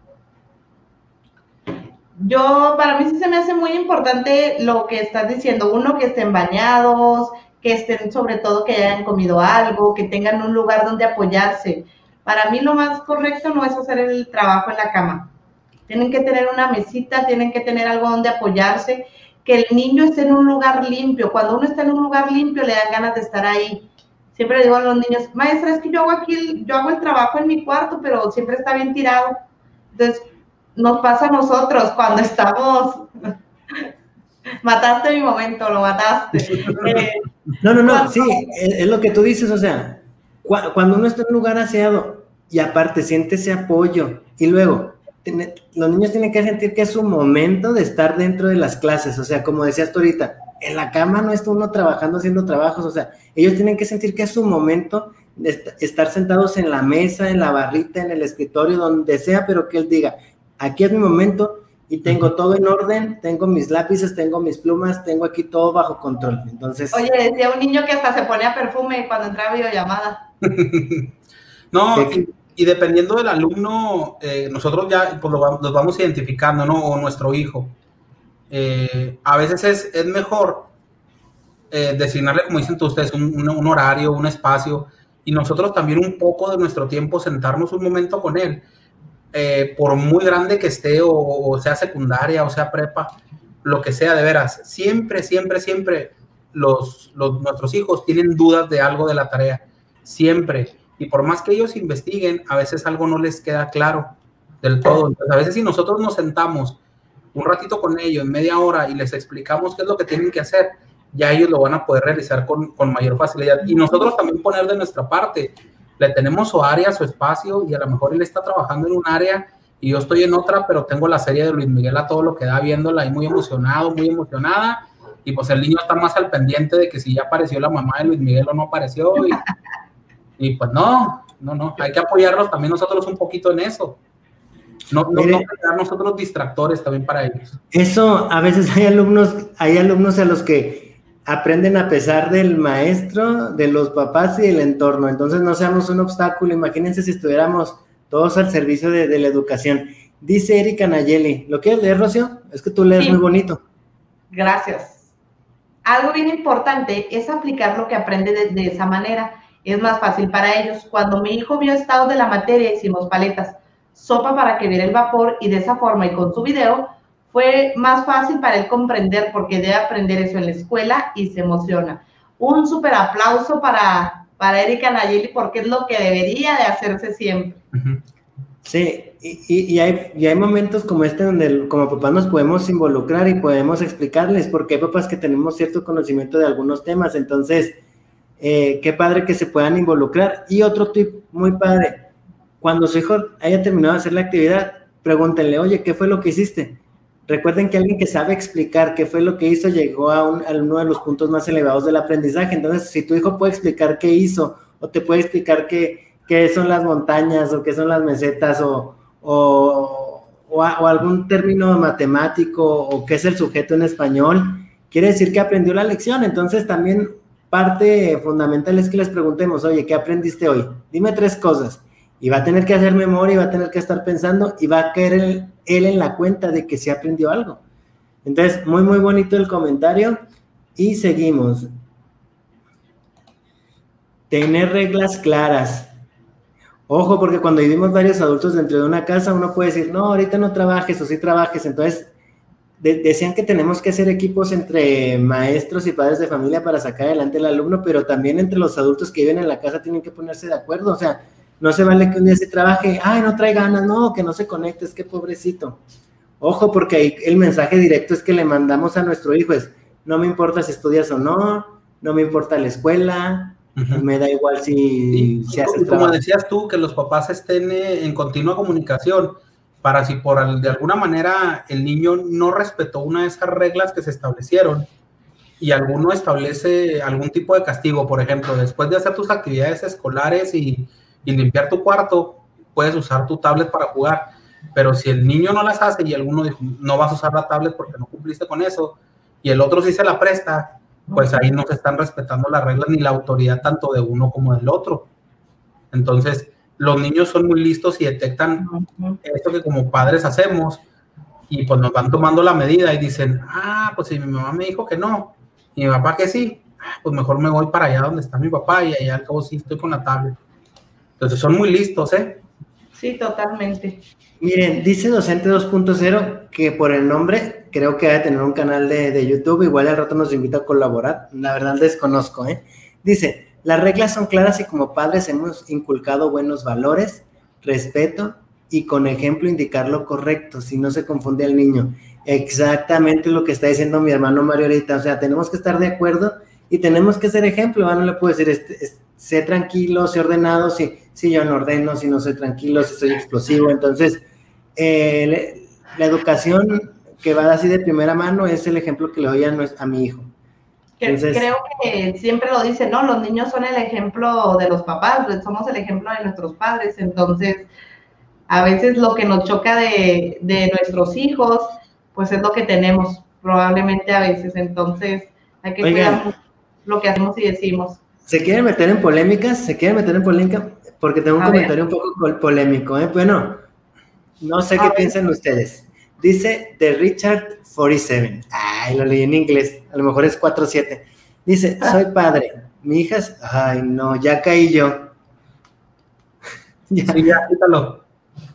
Yo, para mí sí se me hace muy importante lo que estás diciendo. Uno, que estén bañados, que estén, sobre todo, que hayan comido algo, que tengan un lugar donde apoyarse. Para mí lo más correcto no es hacer el trabajo en la cama. Tienen que tener una mesita, tienen que tener algo donde apoyarse, que el niño esté en un lugar limpio. Cuando uno está en un lugar limpio, le dan ganas de estar ahí. Siempre le digo a los niños, maestra, es que yo hago aquí, el, yo hago el trabajo en mi cuarto, pero siempre está bien tirado. Entonces, nos pasa a nosotros cuando estamos, mataste mi momento, lo mataste. Eh, no, no, no, cuando... sí, es, es lo que tú dices, o sea, cu cuando uno está en un lugar aseado y aparte siente ese apoyo y luego ten, los niños tienen que sentir que es su momento de estar dentro de las clases, o sea, como decías tú ahorita, en la cama no está uno trabajando, haciendo trabajos, o sea, ellos tienen que sentir que es su momento de est estar sentados en la mesa, en la barrita, en el escritorio, donde sea, pero que él diga, aquí es mi momento y tengo todo en orden, tengo mis lápices, tengo mis plumas, tengo aquí todo bajo control. Entonces, oye, decía un niño que hasta se ponía perfume cuando entraba videollamada. No, y, y dependiendo del alumno, eh, nosotros ya pues, lo, los vamos identificando, ¿no? O nuestro hijo. Eh, a veces es, es mejor eh, designarle, como dicen ustedes, un, un, un horario, un espacio, y nosotros también un poco de nuestro tiempo sentarnos un momento con él. Eh, por muy grande que esté, o, o sea secundaria, o sea prepa, lo que sea, de veras, siempre, siempre, siempre los, los, nuestros hijos tienen dudas de algo de la tarea, siempre, y por más que ellos investiguen, a veces algo no les queda claro del todo. Entonces, a veces si nosotros nos sentamos un ratito con ellos, media hora, y les explicamos qué es lo que tienen que hacer, ya ellos lo van a poder realizar con, con mayor facilidad. Y nosotros también poner de nuestra parte. Le tenemos su área, su espacio, y a lo mejor él está trabajando en un área y yo estoy en otra, pero tengo la serie de Luis Miguel a todo lo que da viéndola y muy emocionado, muy emocionada, y pues el niño está más al pendiente de que si ya apareció la mamá de Luis Miguel o no apareció, y, y pues no, no, no, hay que apoyarlos también nosotros un poquito en eso. No, no, Mire, no crear nosotros distractores también para ellos. Eso, a veces hay alumnos, hay alumnos a los que aprenden a pesar del maestro, de los papás y del entorno, entonces no seamos un obstáculo. Imagínense si estuviéramos todos al servicio de, de la educación. Dice Erika Nayeli, ¿lo quieres leer, Rocío? Es que tú lees sí. Muy bonito. Gracias. Algo bien importante es aplicar lo que aprende de, de esa manera. Es más fácil para ellos. Cuando mi hijo vio estados de la materia, hicimos paletas, sopa para que viera el vapor, y de esa forma y con su video fue más fácil para él comprender, porque debe aprender eso en la escuela y se emociona. Un súper aplauso para, para Erika Nayeli, porque es lo que debería de hacerse siempre. Sí, y, y, hay, y hay momentos como este donde como papás nos podemos involucrar y podemos explicarles, porque hay papás que tenemos cierto conocimiento de algunos temas, entonces eh, qué padre que se puedan involucrar. Y otro tip muy padre, cuando su hijo haya terminado de hacer la actividad, pregúntenle, oye, ¿qué fue lo que hiciste? Recuerden que alguien que sabe explicar qué fue lo que hizo llegó a, un, a uno de los puntos más elevados del aprendizaje. Entonces, si tu hijo puede explicar qué hizo, o te puede explicar qué, qué son las montañas, o qué son las mesetas, o, o, o, a, o algún término matemático, o qué es el sujeto en español, quiere decir que aprendió la lección. Entonces, también parte fundamental es que les preguntemos, oye, ¿qué aprendiste hoy? Dime tres cosas. Y va a tener que hacer memoria, y va a tener que estar pensando, y va a caer él, él en la cuenta de que sí aprendió algo. Entonces, muy, muy bonito el comentario. Y seguimos. Tener reglas claras. Ojo, porque cuando vivimos varios adultos dentro de una casa, uno puede decir, no, ahorita no trabajes, o sí trabajes. Entonces, de, decían que tenemos que hacer equipos entre maestros y padres de familia para sacar adelante al alumno, pero también entre los adultos que viven en la casa tienen que ponerse de acuerdo. O sea, no se vale que un día se trabaje, ay, no trae ganas, no, que no se conecte, es que pobrecito. Ojo, porque ahí el mensaje directo es que le mandamos a nuestro hijo es, no me importa si estudias o no, no me importa la escuela, uh-huh. Me da igual si, y, si y, haces y trabajo. Como decías tú, que los papás estén en continua comunicación, para si por de alguna manera el niño no respetó una de esas reglas que se establecieron, y alguno establece algún tipo de castigo, por ejemplo, después de hacer tus actividades escolares y y limpiar tu cuarto, puedes usar tu tablet para jugar, pero si el niño no las hace y alguno dijo, no vas a usar la tablet porque no cumpliste con eso, y el otro sí se la presta, pues ahí no se están respetando las reglas ni la autoridad tanto de uno como del otro. Entonces, los niños son muy listos y detectan esto que como padres hacemos, y pues nos van tomando la medida y dicen, ah, pues si mi mamá me dijo que no, y mi papá que sí, pues mejor me voy para allá donde está mi papá, y allá al cabo sí estoy con la tablet. Entonces son muy listos, ¿eh? Sí, totalmente. Miren, dice Docente dos punto cero que por el nombre creo que va a tener un canal de, de YouTube, igual al rato nos invita a colaborar, la verdad desconozco, ¿eh? Dice, las reglas son claras y como padres hemos inculcado buenos valores, respeto y con ejemplo indicar lo correcto, si no se confunde al niño. Exactamente lo que está diciendo mi hermano Mario ahorita, o sea, tenemos que estar de acuerdo y tenemos que ser ejemplo, ¿no? No le puedo decir, este, este, sé tranquilo, sé ordenado, si, si yo no ordeno, si no soy tranquilo, si soy explosivo. Entonces, eh, la educación que va así de primera mano es el ejemplo que le doy a, nuestro, a mi hijo. Entonces, creo que siempre lo dicen, ¿no? Los niños son el ejemplo de los papás, somos el ejemplo de nuestros padres. Entonces, a veces lo que nos choca de, de nuestros hijos, pues es lo que tenemos, probablemente a veces. Entonces, hay que Oigan, cuidar lo que hacemos y decimos. ¿Se quieren meter en polémicas? ¿Se quieren meter en polémica? Porque tengo un a comentario ver. un poco polémico, ¿eh? Bueno, no sé a qué ver. piensan ustedes. Dice The Richard cuarenta y siete. Ay, lo leí en inglés. A lo mejor es cuarenta y siete. Dice, soy padre. Mi hija es... Ay, no, ya caí yo. ya. Sí, ya, quítalo.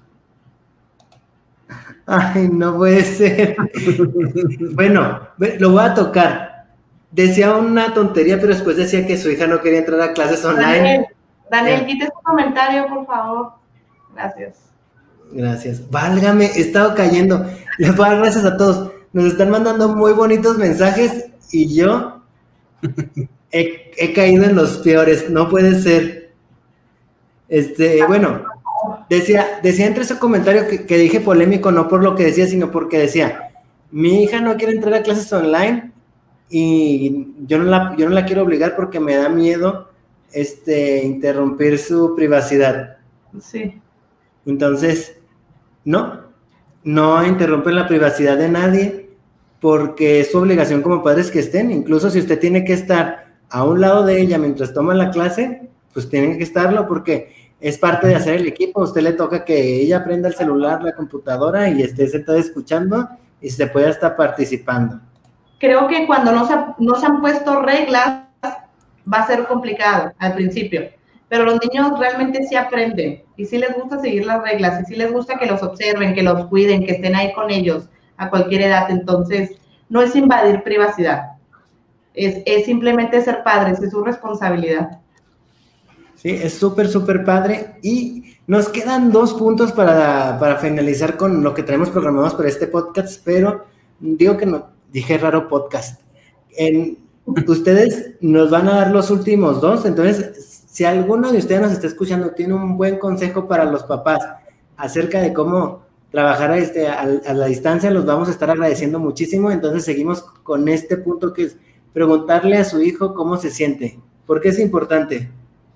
Ay, no puede ser. Bueno, lo voy a tocar. Decía una tontería, pero después decía que su hija no quería entrar a clases online. Daniel, Daniel, quita su comentario, por favor. Gracias. Gracias. Válgame, he estado cayendo. Les voy a dar gracias a todos. Nos están mandando muy bonitos mensajes y yo He, he caído en los peores, no puede ser. Este, bueno, decía, decía entre ese comentario que, que dije polémico, no por lo que decía, sino porque decía, mi hija no quiere entrar a clases online y yo no la, yo no la quiero obligar porque me da miedo este, interrumpir su privacidad. Sí. Entonces, no, no interrumpen la privacidad de nadie porque es su obligación como padres que estén, incluso si usted tiene que estar a un lado de ella mientras toma la clase, pues tienen que estarlo porque es parte de hacer el equipo. A usted le toca que ella prenda el celular, la computadora y esté sentada escuchando y se pueda estar participando. Creo que cuando no se, no se han puesto reglas va a ser complicado al principio, pero los niños realmente sí aprenden y sí les gusta seguir las reglas y sí les gusta que los observen, que los cuiden, que estén ahí con ellos a cualquier edad. Entonces, no es invadir privacidad. Es, es simplemente ser padres, es su responsabilidad. Sí, es súper, súper padre. Y nos quedan dos puntos para, para finalizar con lo que tenemos programados para este podcast, pero digo que no, dije raro podcast. En, ustedes nos van a dar los últimos dos, entonces, si alguno de ustedes nos está escuchando, tiene un buen consejo para los papás acerca de cómo trabajar a, este, a, a la distancia, los vamos a estar agradeciendo muchísimo. Entonces, seguimos con este punto que es preguntarle a su hijo cómo se siente. ¿Por qué es importante?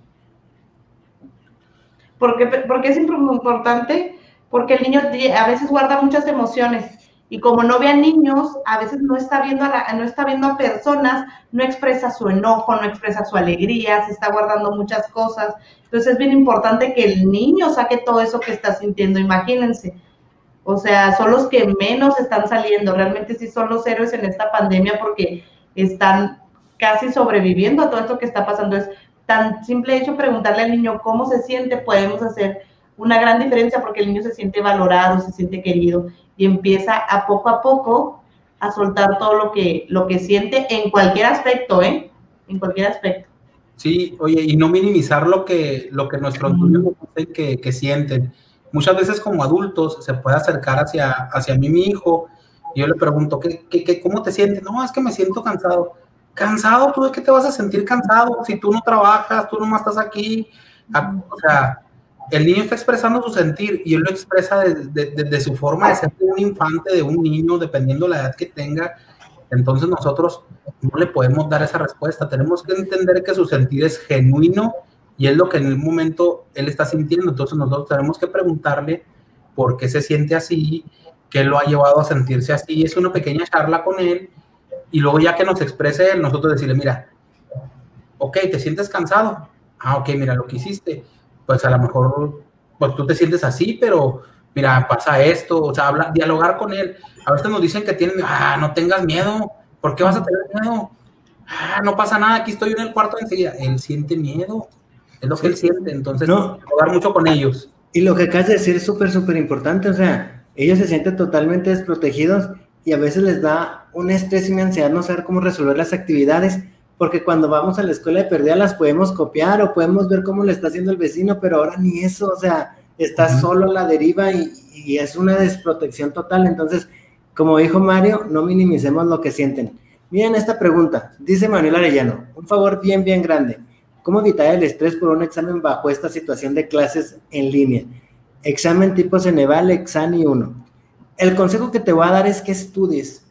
Porque, porque es importante, porque el niño a veces guarda muchas emociones y como no ve a niños, a veces no está viendo a, la, no está viendo a personas, no expresa su enojo, no expresa su alegría, se está guardando muchas cosas. Entonces es bien importante que el niño saque todo eso que está sintiendo, imagínense. O sea, son los que menos están saliendo, realmente sí son los héroes en esta pandemia porque están casi sobreviviendo a todo esto que está pasando. Es tan simple hecho preguntarle al niño cómo se siente, podemos hacer una gran diferencia porque el niño se siente valorado, se siente querido y empieza a poco a poco a soltar todo lo que, lo que siente en cualquier aspecto, ¿eh? En cualquier aspecto. Sí, oye, y no minimizar lo que, lo que nuestros niños dicen que, que sienten. Muchas veces como adultos se puede acercar hacia, hacia mí mi hijo y yo le pregunto, ¿qué, qué, qué, ¿cómo te sientes? No, es que me siento cansado. ¿Cansado? ¿Tú de qué te vas a sentir cansado? Si tú no trabajas, tú nomás estás aquí. O sea, el niño está expresando su sentir y él lo expresa desde de, de, de su forma de ser de un infante, de un niño, dependiendo la edad que tenga. Entonces nosotros no le podemos dar esa respuesta. Tenemos que entender que su sentir es genuino y es lo que en el momento él está sintiendo. Entonces nosotros tenemos que preguntarle por qué se siente así, qué lo ha llevado a sentirse así. Es una pequeña charla con él y luego ya que nos exprese él, nosotros decirle, mira, ok, ¿te sientes cansado? Ah, ok, mira lo que hiciste. Pues a lo mejor pues tú te sientes así, pero mira, pasa esto. O sea, habla, dialogar con él. A veces nos dicen que tienen, ah, no tengas miedo. ¿Por qué vas a tener miedo? Ah, no pasa nada, aquí estoy en el cuarto enseguida. Él siente miedo. Es lo que sí, él siente. Entonces, no, hablar mucho con ellos. Y lo que acabas de decir es súper, súper importante. O sea, ellos se sienten totalmente desprotegidos y a veces les da un estrés y una ansiedad no saber cómo resolver las actividades, porque cuando vamos a la escuela de perdida las podemos copiar o podemos ver cómo le está haciendo el vecino, pero ahora ni eso, o sea, está uh-huh. solo a la deriva y, y es una desprotección total. Entonces, como dijo Mario, no minimicemos lo que sienten. Miren esta pregunta, dice Manuel Arellano, un favor bien, bien grande. ¿Cómo evitar el estrés por un examen bajo esta situación de clases en línea? Examen tipo Ceneval, Exani uno. El consejo que te voy a dar es que estudies.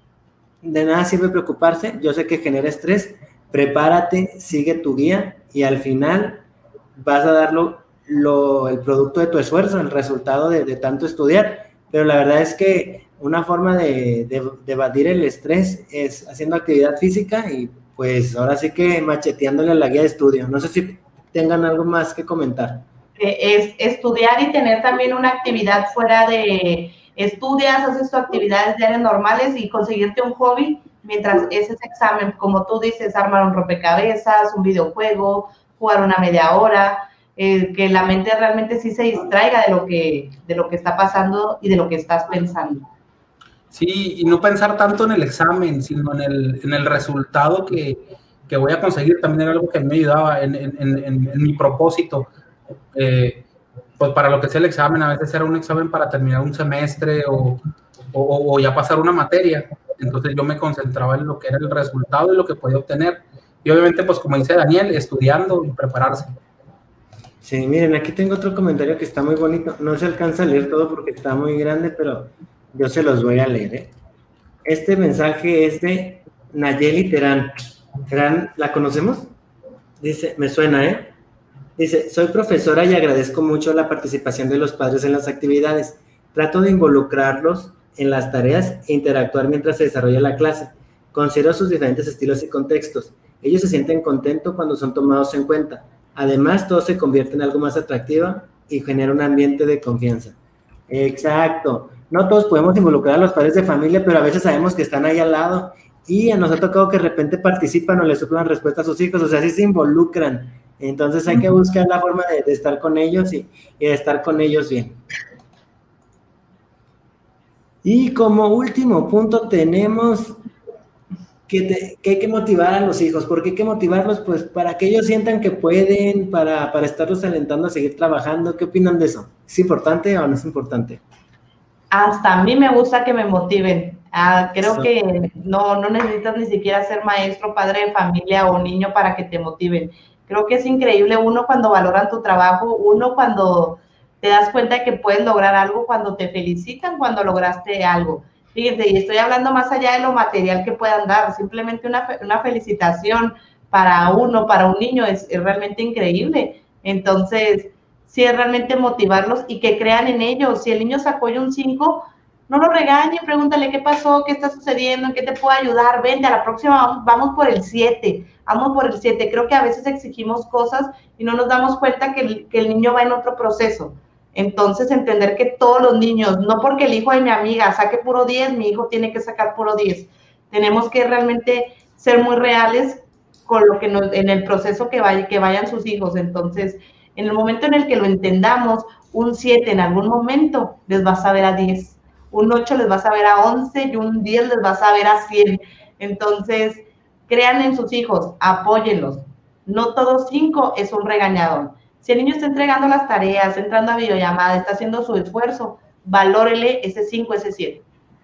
De nada sirve preocuparse, yo sé que genera estrés, prepárate, sigue tu guía y al final vas a dar lo, lo, el producto de tu esfuerzo, el resultado de, de tanto estudiar. Pero la verdad es que una forma de, de, de evadir el estrés es haciendo actividad física y pues ahora sí que macheteándole a la guía de estudio. No sé si tengan algo más que comentar. Es estudiar y tener también una actividad fuera de... Estudias, haces tus actividades diarias normales y conseguirte un hobby mientras ese examen, como tú dices, armar un rompecabezas, un videojuego, jugar una media hora, eh, que la mente realmente sí se distraiga de lo que, de lo que está pasando y de lo que estás pensando. Sí, y no pensar tanto en el examen, sino en el, en el resultado que, que voy a conseguir. También era algo que me ayudaba en, en, en, en mi propósito. Eh, pues para lo que sea el examen, a veces era un examen para terminar un semestre o, o, o ya pasar una materia. Entonces yo me concentraba en lo que era el resultado y lo que podía obtener. y obviamente, pues como dice Daniel, estudiando y prepararse. Sí, miren, aquí tengo otro comentario que está muy bonito. No se alcanza a leer todo porque está muy grande, pero yo se los voy a leer, ¿eh? Este mensaje es de Nayeli Terán. Terán, ¿la conocemos? Dice, me suena, ¿eh? Dice, soy profesora y agradezco mucho la participación de los padres en las actividades. Trato de involucrarlos en las tareas e interactuar mientras se desarrolla la clase. Considero sus diferentes estilos y contextos. Ellos se sienten contentos cuando son tomados en cuenta. Además, todo se convierte en algo más atractivo y genera un ambiente de confianza. Exacto. No todos podemos involucrar a los padres de familia, pero a veces sabemos que están ahí al lado y nos ha tocado que de repente participan o les suplan respuesta a sus hijos, o sea, sí se involucran. Entonces hay que buscar la forma de, de estar con ellos y, y de estar con ellos bien. Y como último punto tenemos que, te, que hay que motivar a los hijos. ¿Por qué hay que motivarlos? Pues para que ellos sientan que pueden, para, para estarlos alentando a seguir trabajando. ¿Qué opinan de eso? ¿Es importante o no es importante? Hasta a mí me gusta que me motiven. Ah, creo sí. que no, no necesitas ni siquiera ser maestro, padre de familia o niño para que te motiven. Creo que es increíble uno cuando valoran tu trabajo, uno cuando te das cuenta de que puedes lograr algo, cuando te felicitan cuando lograste algo. Fíjense, y estoy hablando más allá de lo material que puedan dar, simplemente una, una felicitación para uno, para un niño, es, es realmente increíble. Entonces, sí es realmente motivarlos y que crean en ellos. Si el niño sacó un cinco, no lo regañe, pregúntale qué pasó, qué está sucediendo, en qué te puedo ayudar, vente, a la próxima vamos, vamos por el siete, vamos por el siete. Creo que a veces exigimos cosas y no nos damos cuenta que el, que el niño va en otro proceso. Entonces, entender que todos los niños, no porque el hijo de mi amiga saque puro diez, mi hijo tiene que sacar puro diez. Tenemos que realmente ser muy reales con lo que nos, en el proceso que, vaya, que vayan sus hijos. Entonces, en el momento en el que lo entendamos, un siete en algún momento les va a saber a diez, un ocho les va a saber a once y un diez les va a saber a cien. Entonces, crean en sus hijos, apóyenlos. No todo cinco es un regañadón. Si el niño está entregando las tareas, entrando a videollamada, está haciendo su esfuerzo, valórele ese cinco, ese siete.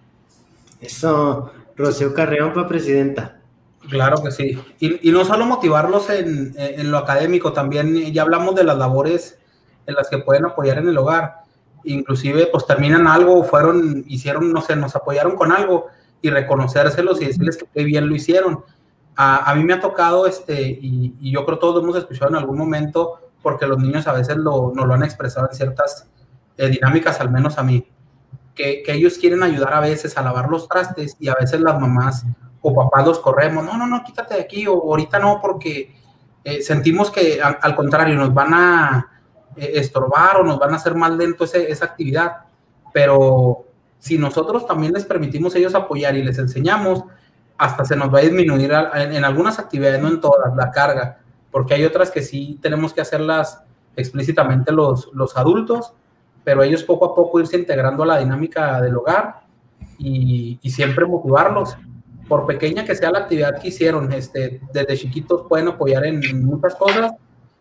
Eso, Rocío Carreón para presidenta. Claro que sí. Y, y no solo motivarlos en, en lo académico, también ya hablamos de las labores en las que pueden apoyar en el hogar. Inclusive, pues terminan algo, fueron, hicieron, no sé, nos apoyaron con algo y reconocérselos y decirles que qué bien lo hicieron. A, a mí me ha tocado, este, y, y yo creo que todos lo hemos escuchado en algún momento, porque los niños a veces lo, nos lo han expresado en ciertas eh, dinámicas, al menos a mí, que, que ellos quieren ayudar a veces a lavar los trastes y a veces las mamás o papás los corremos, no, no, no, quítate de aquí, o ahorita no, porque eh, sentimos que al, al contrario nos van a eh, estorbar o nos van a hacer más lento ese, esa actividad, pero si nosotros también les permitimos a ellos apoyar y les enseñamos, hasta se nos va a disminuir a, en, en algunas actividades, no en todas, la carga, porque hay otras que sí tenemos que hacerlas explícitamente los, los adultos, pero ellos poco a poco irse integrando a la dinámica del hogar y, y siempre motivarlos. Por pequeña que sea la actividad que hicieron, este, desde chiquitos pueden apoyar en, en muchas cosas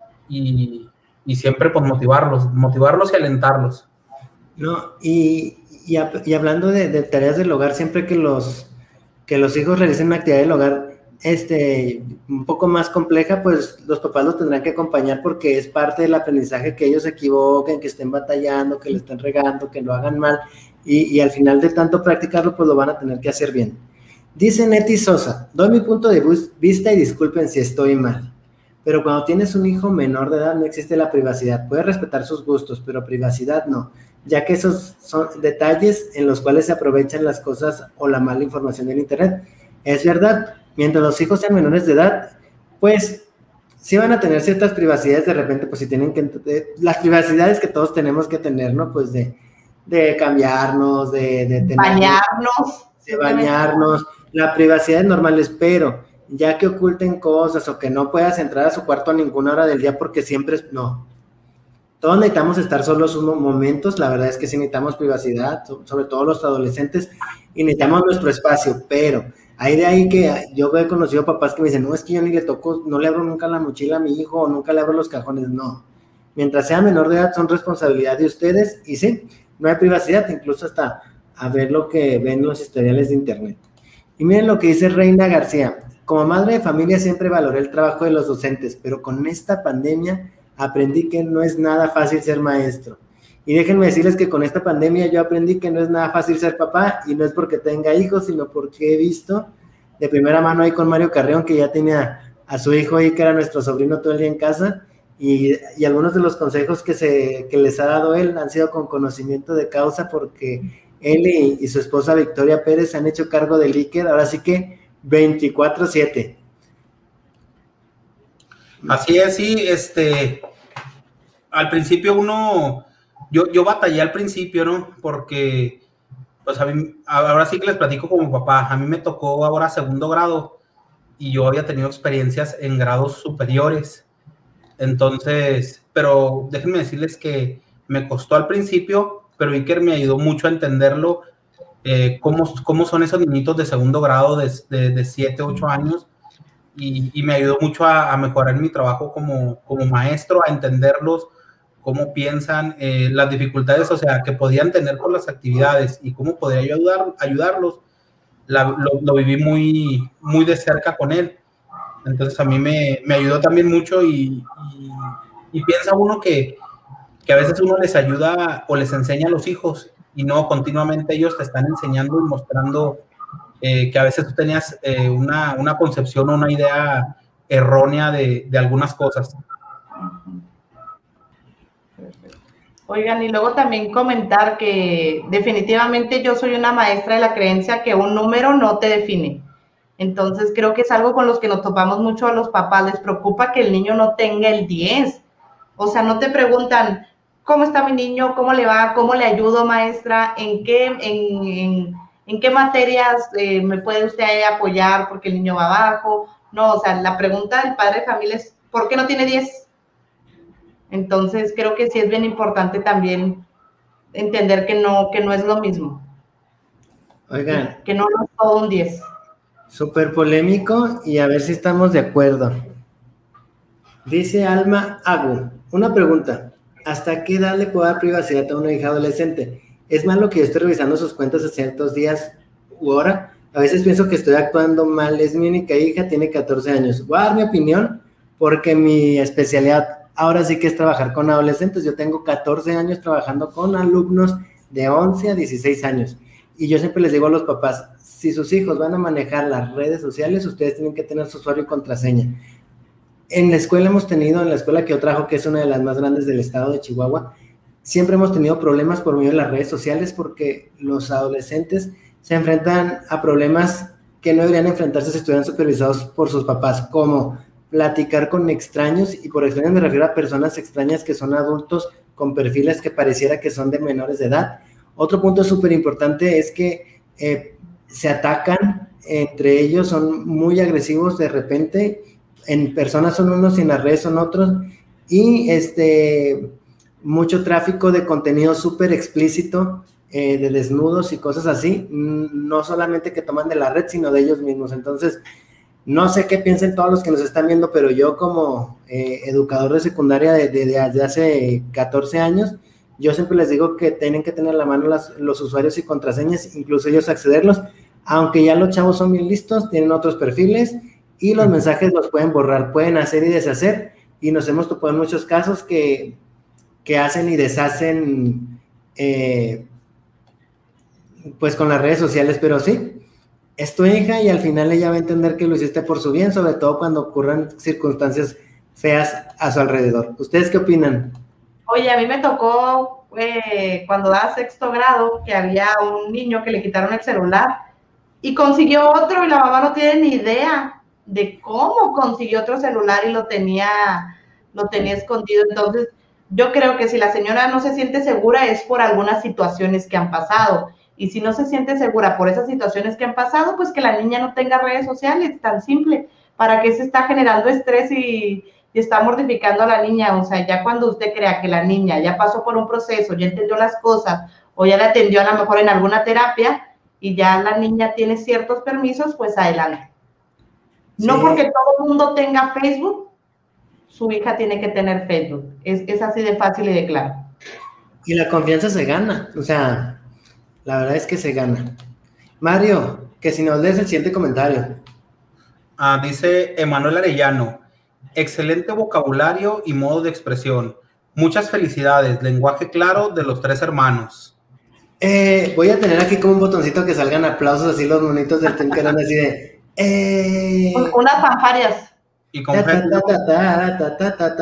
y, y siempre pues motivarlos, motivarlos y alentarlos. No, y, y, y hablando de, de tareas del hogar, siempre que los, que los hijos realicen una actividad del hogar este, un poco más compleja, pues los papás los tendrán que acompañar porque es parte del aprendizaje que ellos se equivoquen, que estén batallando, que le estén regando, que lo hagan mal y, y al final de tanto practicarlo, pues lo van a tener que hacer bien. Dice Neti Sosa, doy mi punto de vista y disculpen si estoy mal, pero cuando tienes un hijo menor de edad no existe la privacidad, puedes respetar sus gustos, pero privacidad no, ya que esos son detalles en los cuales se aprovechan las cosas o la mala información del internet. Es verdad, mientras los hijos sean menores de edad, pues sí van a tener ciertas privacidades de repente, pues si tienen que, de, las privacidades que todos tenemos que tener, ¿no? Pues de, de cambiarnos, de, de tener, bañarnos, de bañarnos, la privacidad es normal, pero ya que oculten cosas o que no puedas entrar a su cuarto a ninguna hora del día porque siempre es, no. Todos necesitamos estar solos unos momentos, la verdad es que sí necesitamos privacidad, sobre todo los adolescentes, y necesitamos nuestro espacio, pero hay de ahí que yo he conocido papás que me dicen, no, es que yo ni le toco, no le abro nunca la mochila a mi hijo, o nunca le abro los cajones, no. Mientras sea menor de edad son responsabilidad de ustedes, y sí, no hay privacidad, incluso hasta a ver lo que ven los historiales de internet. Y miren lo que dice Reina García, como madre de familia siempre valoré el trabajo de los docentes, pero con esta pandemia aprendí que no es nada fácil ser maestro. Y déjenme decirles que con esta pandemia yo aprendí que no es nada fácil ser papá, y no es porque tenga hijos, sino porque he visto de primera mano ahí con Mario Carreón, que ya tenía a su hijo ahí, que era nuestro sobrino todo el día en casa, y, y algunos de los consejos que, se, que les ha dado él han sido con conocimiento de causa, porque él y, y su esposa Victoria Pérez se han hecho cargo del Iker, ahora sí que veinticuatro siete. Así es, sí, este, al principio uno, yo, yo batallé al principio, ¿no? Porque, pues a mí, ahora sí que les platico como papá, a mí me tocó ahora segundo grado, y yo había tenido experiencias en grados superiores, entonces, pero déjenme decirles que me costó al principio, pero Iker me ayudó mucho a entenderlo, eh, cómo, cómo son esos niñitos de segundo grado de, de, de siete, ocho años, y, y me ayudó mucho a, a mejorar mi trabajo como, como maestro, a entenderlos, cómo piensan, eh, las dificultades, o sea, que podían tener con las actividades y cómo podría yo ayudar, ayudarlos. La, lo, lo viví muy, muy de cerca con él. Entonces a mí me, me ayudó también mucho, y, y, y piensa uno que, que a veces uno les ayuda o les enseña a los hijos, y no continuamente ellos te están enseñando y mostrando eh, que a veces tú tenías eh, una, una concepción o una idea errónea de, de algunas cosas. Oigan, y luego también comentar que definitivamente yo soy una maestra de la creencia que un número no te define. Entonces creo que es algo con los que nos topamos mucho a los papás. Les preocupa que el niño no tenga el diez. O sea, no te preguntan, ¿cómo está mi niño? ¿Cómo le va? ¿Cómo le ayudo, maestra? ¿En qué, en, en, en qué materias eh, me puede usted apoyar porque el niño va abajo? No, o sea, la pregunta del padre de familia es, ¿por qué no tiene diez? Entonces, creo que sí es bien importante también entender que no, que no es lo mismo. Oigan. Que no es todo un diez. Súper polémico, y a ver si estamos de acuerdo. Dice Alma Agu, una pregunta, ¿hasta qué edad le puedo dar privacidad a una hija adolescente? ¿Es malo que yo esté revisando sus cuentas a ciertos días u hora? A veces pienso que estoy actuando mal, es mi única hija, tiene catorce años. Voy a dar mi opinión porque mi especialidad ahora sí que es trabajar con adolescentes. Yo tengo catorce años trabajando con alumnos de once a dieciséis años. Y yo siempre les digo a los papás, si sus hijos van a manejar las redes sociales, ustedes tienen que tener su usuario y contraseña. En la escuela hemos tenido, en la escuela que yo trabajo, que es una de las más grandes del estado de Chihuahua, siempre hemos tenido problemas por medio de las redes sociales, porque los adolescentes se enfrentan a problemas que no deberían enfrentarse si estuvieran supervisados por sus papás, como platicar con extraños, y por extraños me refiero a personas extrañas que son adultos con perfiles que pareciera que son de menores de edad. Otro punto súper importante es que eh, se atacan entre ellos, son muy agresivos de repente, en personas son unos y en las redes son otros, y este, mucho tráfico de contenido súper explícito, eh, de desnudos y cosas así, no solamente que toman de la red, sino de ellos mismos. Entonces, no sé qué piensen todos los que nos están viendo, pero yo como eh, educador de secundaria de, de, de, de hace catorce años, yo siempre les digo que tienen que tener a la mano las, los usuarios y contraseñas, incluso ellos accederlos, aunque ya los chavos son bien listos, tienen otros perfiles, y los mensajes los pueden borrar, pueden hacer y deshacer, y nos hemos topado en muchos casos que, que hacen y deshacen eh, pues con las redes sociales, pero sí, es tu hija y al final ella va a entender que lo hiciste por su bien, sobre todo cuando ocurran circunstancias feas a su alrededor. ¿Ustedes qué opinan? Oye, a mí me tocó eh, cuando daba sexto grado que había un niño que le quitaron el celular y consiguió otro, y la mamá no tiene ni idea de cómo consiguió otro celular y lo tenía, lo tenía escondido. Entonces, yo creo que si la señora no se siente segura es por algunas situaciones que han pasado. Y si no se siente segura por esas situaciones que han pasado, pues que la niña no tenga redes sociales, tan simple. ¿Para qué se está generando estrés y, y está mortificando a la niña? O sea, ya cuando usted crea que la niña ya pasó por un proceso, ya entendió las cosas, o ya la atendió a lo mejor en alguna terapia, y ya la niña tiene ciertos permisos, pues adelante. Sí. No porque todo el mundo tenga Facebook, su hija tiene que tener Facebook. Es, es así de fácil y de claro. Y la confianza se gana, o sea... La verdad es que se gana. Mario, que si nos lees el siguiente comentario. Ah, dice Emanuel Arellano, excelente vocabulario y modo de expresión. Muchas felicidades, lenguaje claro de los tres hermanos. Eh, voy a tener aquí como un botoncito que salgan aplausos, así los monitos del Team Canal, así de... Eh, Unas fanfarias. Y con ta, ta, fe- ta, ta, ta, ta, ta, ta,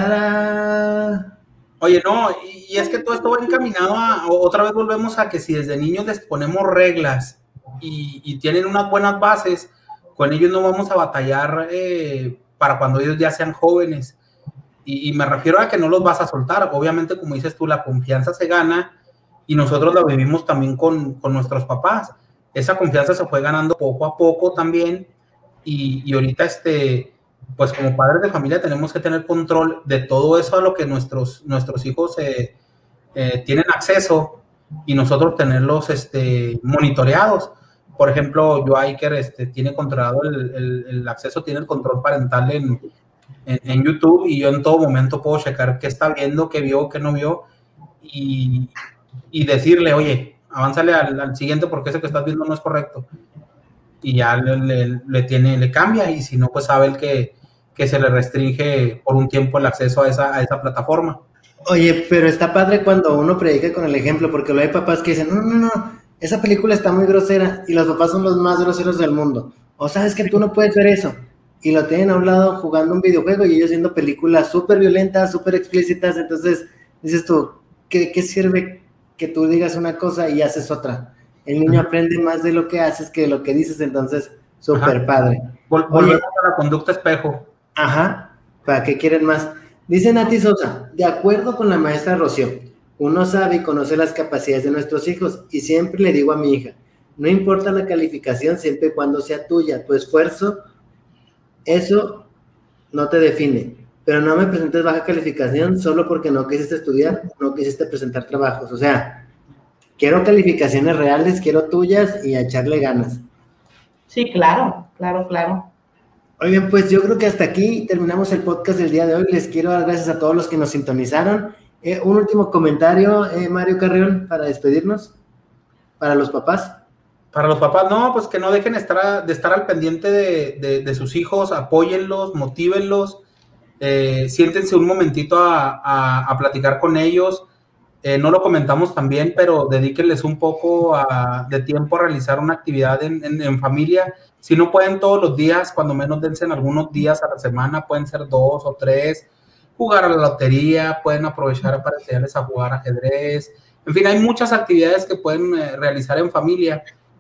ta. Oye, no, y, y es que todo esto va encaminado a, otra vez volvemos a que si desde niños les ponemos reglas y, y tienen unas buenas bases, con ellos no vamos a batallar eh, para cuando ellos ya sean jóvenes. Y, y me refiero a que no los vas a soltar. Obviamente, como dices tú, la confianza se gana y nosotros la vivimos también con, con nuestros papás. Esa confianza se fue ganando poco a poco también y, y ahorita este... pues como padres de familia tenemos que tener control de todo eso a lo que nuestros, nuestros hijos eh, eh, tienen acceso y nosotros tenerlos este, monitoreados. Por ejemplo, yo Iker este, tiene controlado el, el, el acceso, tiene el control parental en, en, en YouTube y yo en todo momento puedo checar qué está viendo, qué vio, qué no vio y, y decirle, oye, avánzale al, al siguiente porque ese que estás viendo no es correcto. Y ya le, le, le, tiene, le cambia y si no, pues sabe el que, que se le restringe por un tiempo el acceso a esa, a esa plataforma. Oye, pero está padre cuando uno predica con el ejemplo, porque luego hay papás que dicen, no, no, no, esa película está muy grosera y los papás son los más groseros del mundo. O sabes que tú no puedes ver eso. Y lo tienen a un lado jugando un videojuego y ellos viendo películas súper violentas, súper explícitas. Entonces dices tú, ¿qué, ¿qué sirve que tú digas una cosa y haces otra? El niño aprende más de lo que haces que de lo que dices, entonces, súper padre. Vol volvemos Oye, a la conducta espejo. Ajá, ¿para qué quieren más? Dice Nati Sosa, de acuerdo con la maestra Rocío, uno sabe y conoce las capacidades de nuestros hijos, y siempre le digo a mi hija, no importa la calificación siempre y cuando sea tuya, tu esfuerzo, eso no te define, pero no me presentes baja calificación solo porque no quisiste estudiar, no quisiste presentar trabajos, o sea, quiero calificaciones reales, quiero tuyas y a echarle ganas. Sí, claro, claro, claro. Oigan, pues yo creo que hasta aquí terminamos el podcast del día de hoy. Les quiero dar gracias a todos los que nos sintonizaron. Eh, un último comentario, eh, Mario Carrión, para despedirnos, para los papás. Para los papás, no, pues que no dejen estar, de estar al pendiente de, de, de sus hijos, apóyenlos, motívenlos, eh, siéntense un momentito a, a, a platicar con ellos. Eh, no lo comentamos también, pero dedíquenles un poco a, de tiempo a realizar una actividad en, en, en familia. Si no pueden todos los días, cuando menos dense en algunos días a la semana, pueden ser dos o tres, jugar a la lotería, pueden aprovechar para enseñarles a jugar ajedrez. En fin, hay muchas actividades que pueden eh, realizar en familia.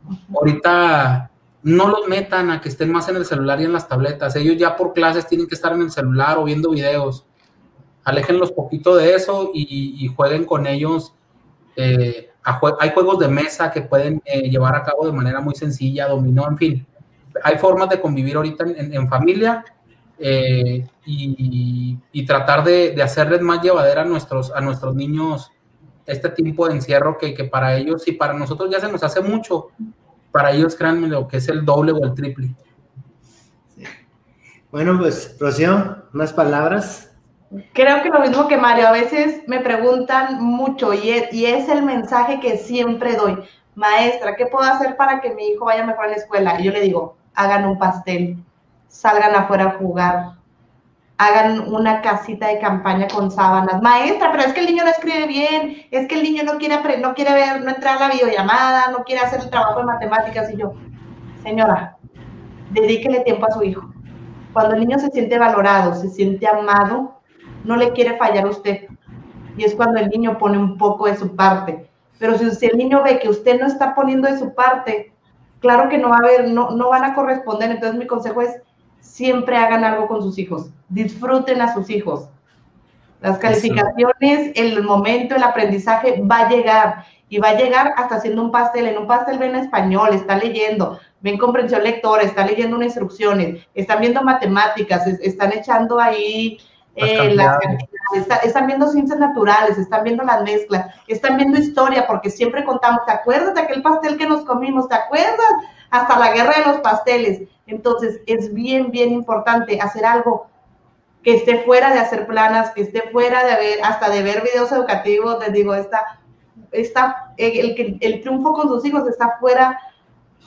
Ahorita no los metan a que estén más en el celular y en las tabletas. Ellos ya por clases tienen que estar en el celular o viendo videos. Aléjenlos poquito de eso y, y jueguen con ellos. Eh, a jue hay juegos de mesa que pueden eh, llevar a cabo de manera muy sencilla, dominó, en fin. Hay formas de convivir ahorita en, en, en familia eh, y, y tratar de, de hacerles más llevadera a nuestros, a nuestros niños este tiempo de encierro que, que para ellos y para nosotros ya se nos hace mucho. Para ellos, créanme, lo que es el doble o el triple. Sí. Bueno, pues, Rocío, unas palabras. Creo que lo mismo que Mario, a veces me preguntan mucho y es, y es el mensaje que siempre doy. Maestra, ¿qué puedo hacer para que mi hijo vaya mejor a la escuela? Y yo le digo, hagan un pastel, salgan afuera a jugar, hagan una casita de campaña con sábanas. Maestra, pero es que el niño no escribe bien, es que el niño no quiere, no quiere ver, no entrar a la videollamada, no quiere hacer el trabajo de matemáticas. Y yo, señora, dedíquele tiempo a su hijo. Cuando el niño se siente valorado, se siente amado, no le quiere fallar a usted. Y es cuando el niño pone un poco de su parte. Pero si, si el niño ve que usted no está poniendo de su parte, claro que no va a haber, no, no van a corresponder. Entonces mi consejo es, siempre hagan algo con sus hijos. Disfruten a sus hijos. Las calificaciones, el momento, el aprendizaje va a llegar. Y va a llegar hasta haciendo un pastel. En un pastel ven español, está leyendo, ven comprensión lectora, está leyendo unas instrucciones, están viendo matemáticas, están echando ahí eh, las cantidades, está, están viendo ciencias naturales, están viendo las mezclas, están viendo historia, porque siempre contamos, ¿te acuerdas de aquel pastel que nos comimos? ¿Te acuerdas? Hasta la guerra de los pasteles. Entonces, es bien, bien importante hacer algo que esté fuera de hacer planas, que esté fuera de ver, hasta de ver videos educativos. Les digo, esta... Está, el, el, el triunfo con sus hijos está fuera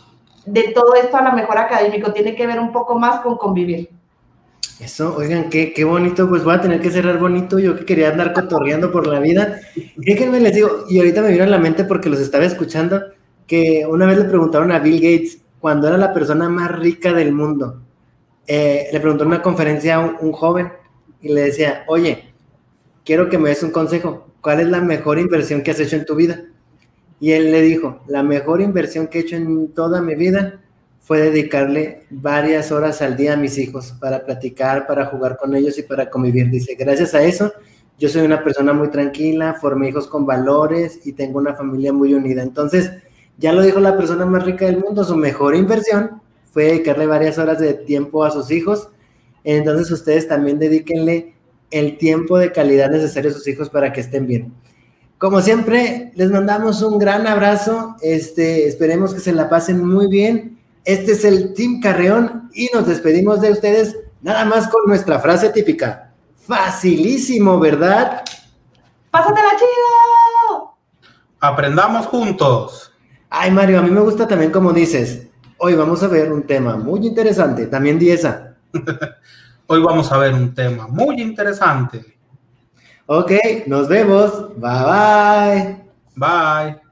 de todo esto a lo mejor académico, tiene que ver un poco más con convivir. Eso, oigan, qué, qué bonito, pues voy a tener que cerrar bonito, yo que quería andar cotorreando por la vida. Déjenme les digo, y ahorita me vino a la mente porque los estaba escuchando, que una vez le preguntaron a Bill Gates, cuando era la persona más rica del mundo, eh, le preguntó en una conferencia a un, un joven, y le decía, oye, quiero que me des un consejo, ¿cuál es la mejor inversión que has hecho en tu vida? Y él le dijo, la mejor inversión que he hecho en toda mi vida fue dedicarle varias horas al día a mis hijos para platicar, para jugar con ellos y para convivir. Dice, gracias a eso, yo soy una persona muy tranquila, formé hijos con valores y tengo una familia muy unida. Entonces, ya lo dijo la persona más rica del mundo, su mejor inversión fue dedicarle varias horas de tiempo a sus hijos. Entonces, ustedes también dedíquenle el tiempo de calidad necesario a sus hijos para que estén bien. Como siempre, les mandamos un gran abrazo, este, esperemos que se la pasen muy bien. Este es el Team Carreón y nos despedimos de ustedes nada más con nuestra frase típica. Facilísimo, ¿verdad? ¡Pásatela chido! Aprendamos juntos. Ay, Mario, a mí me gusta también como dices. Hoy vamos a ver un tema muy interesante. También di esa. Hoy vamos a ver un tema muy interesante. Ok, nos vemos. Bye, bye. Bye.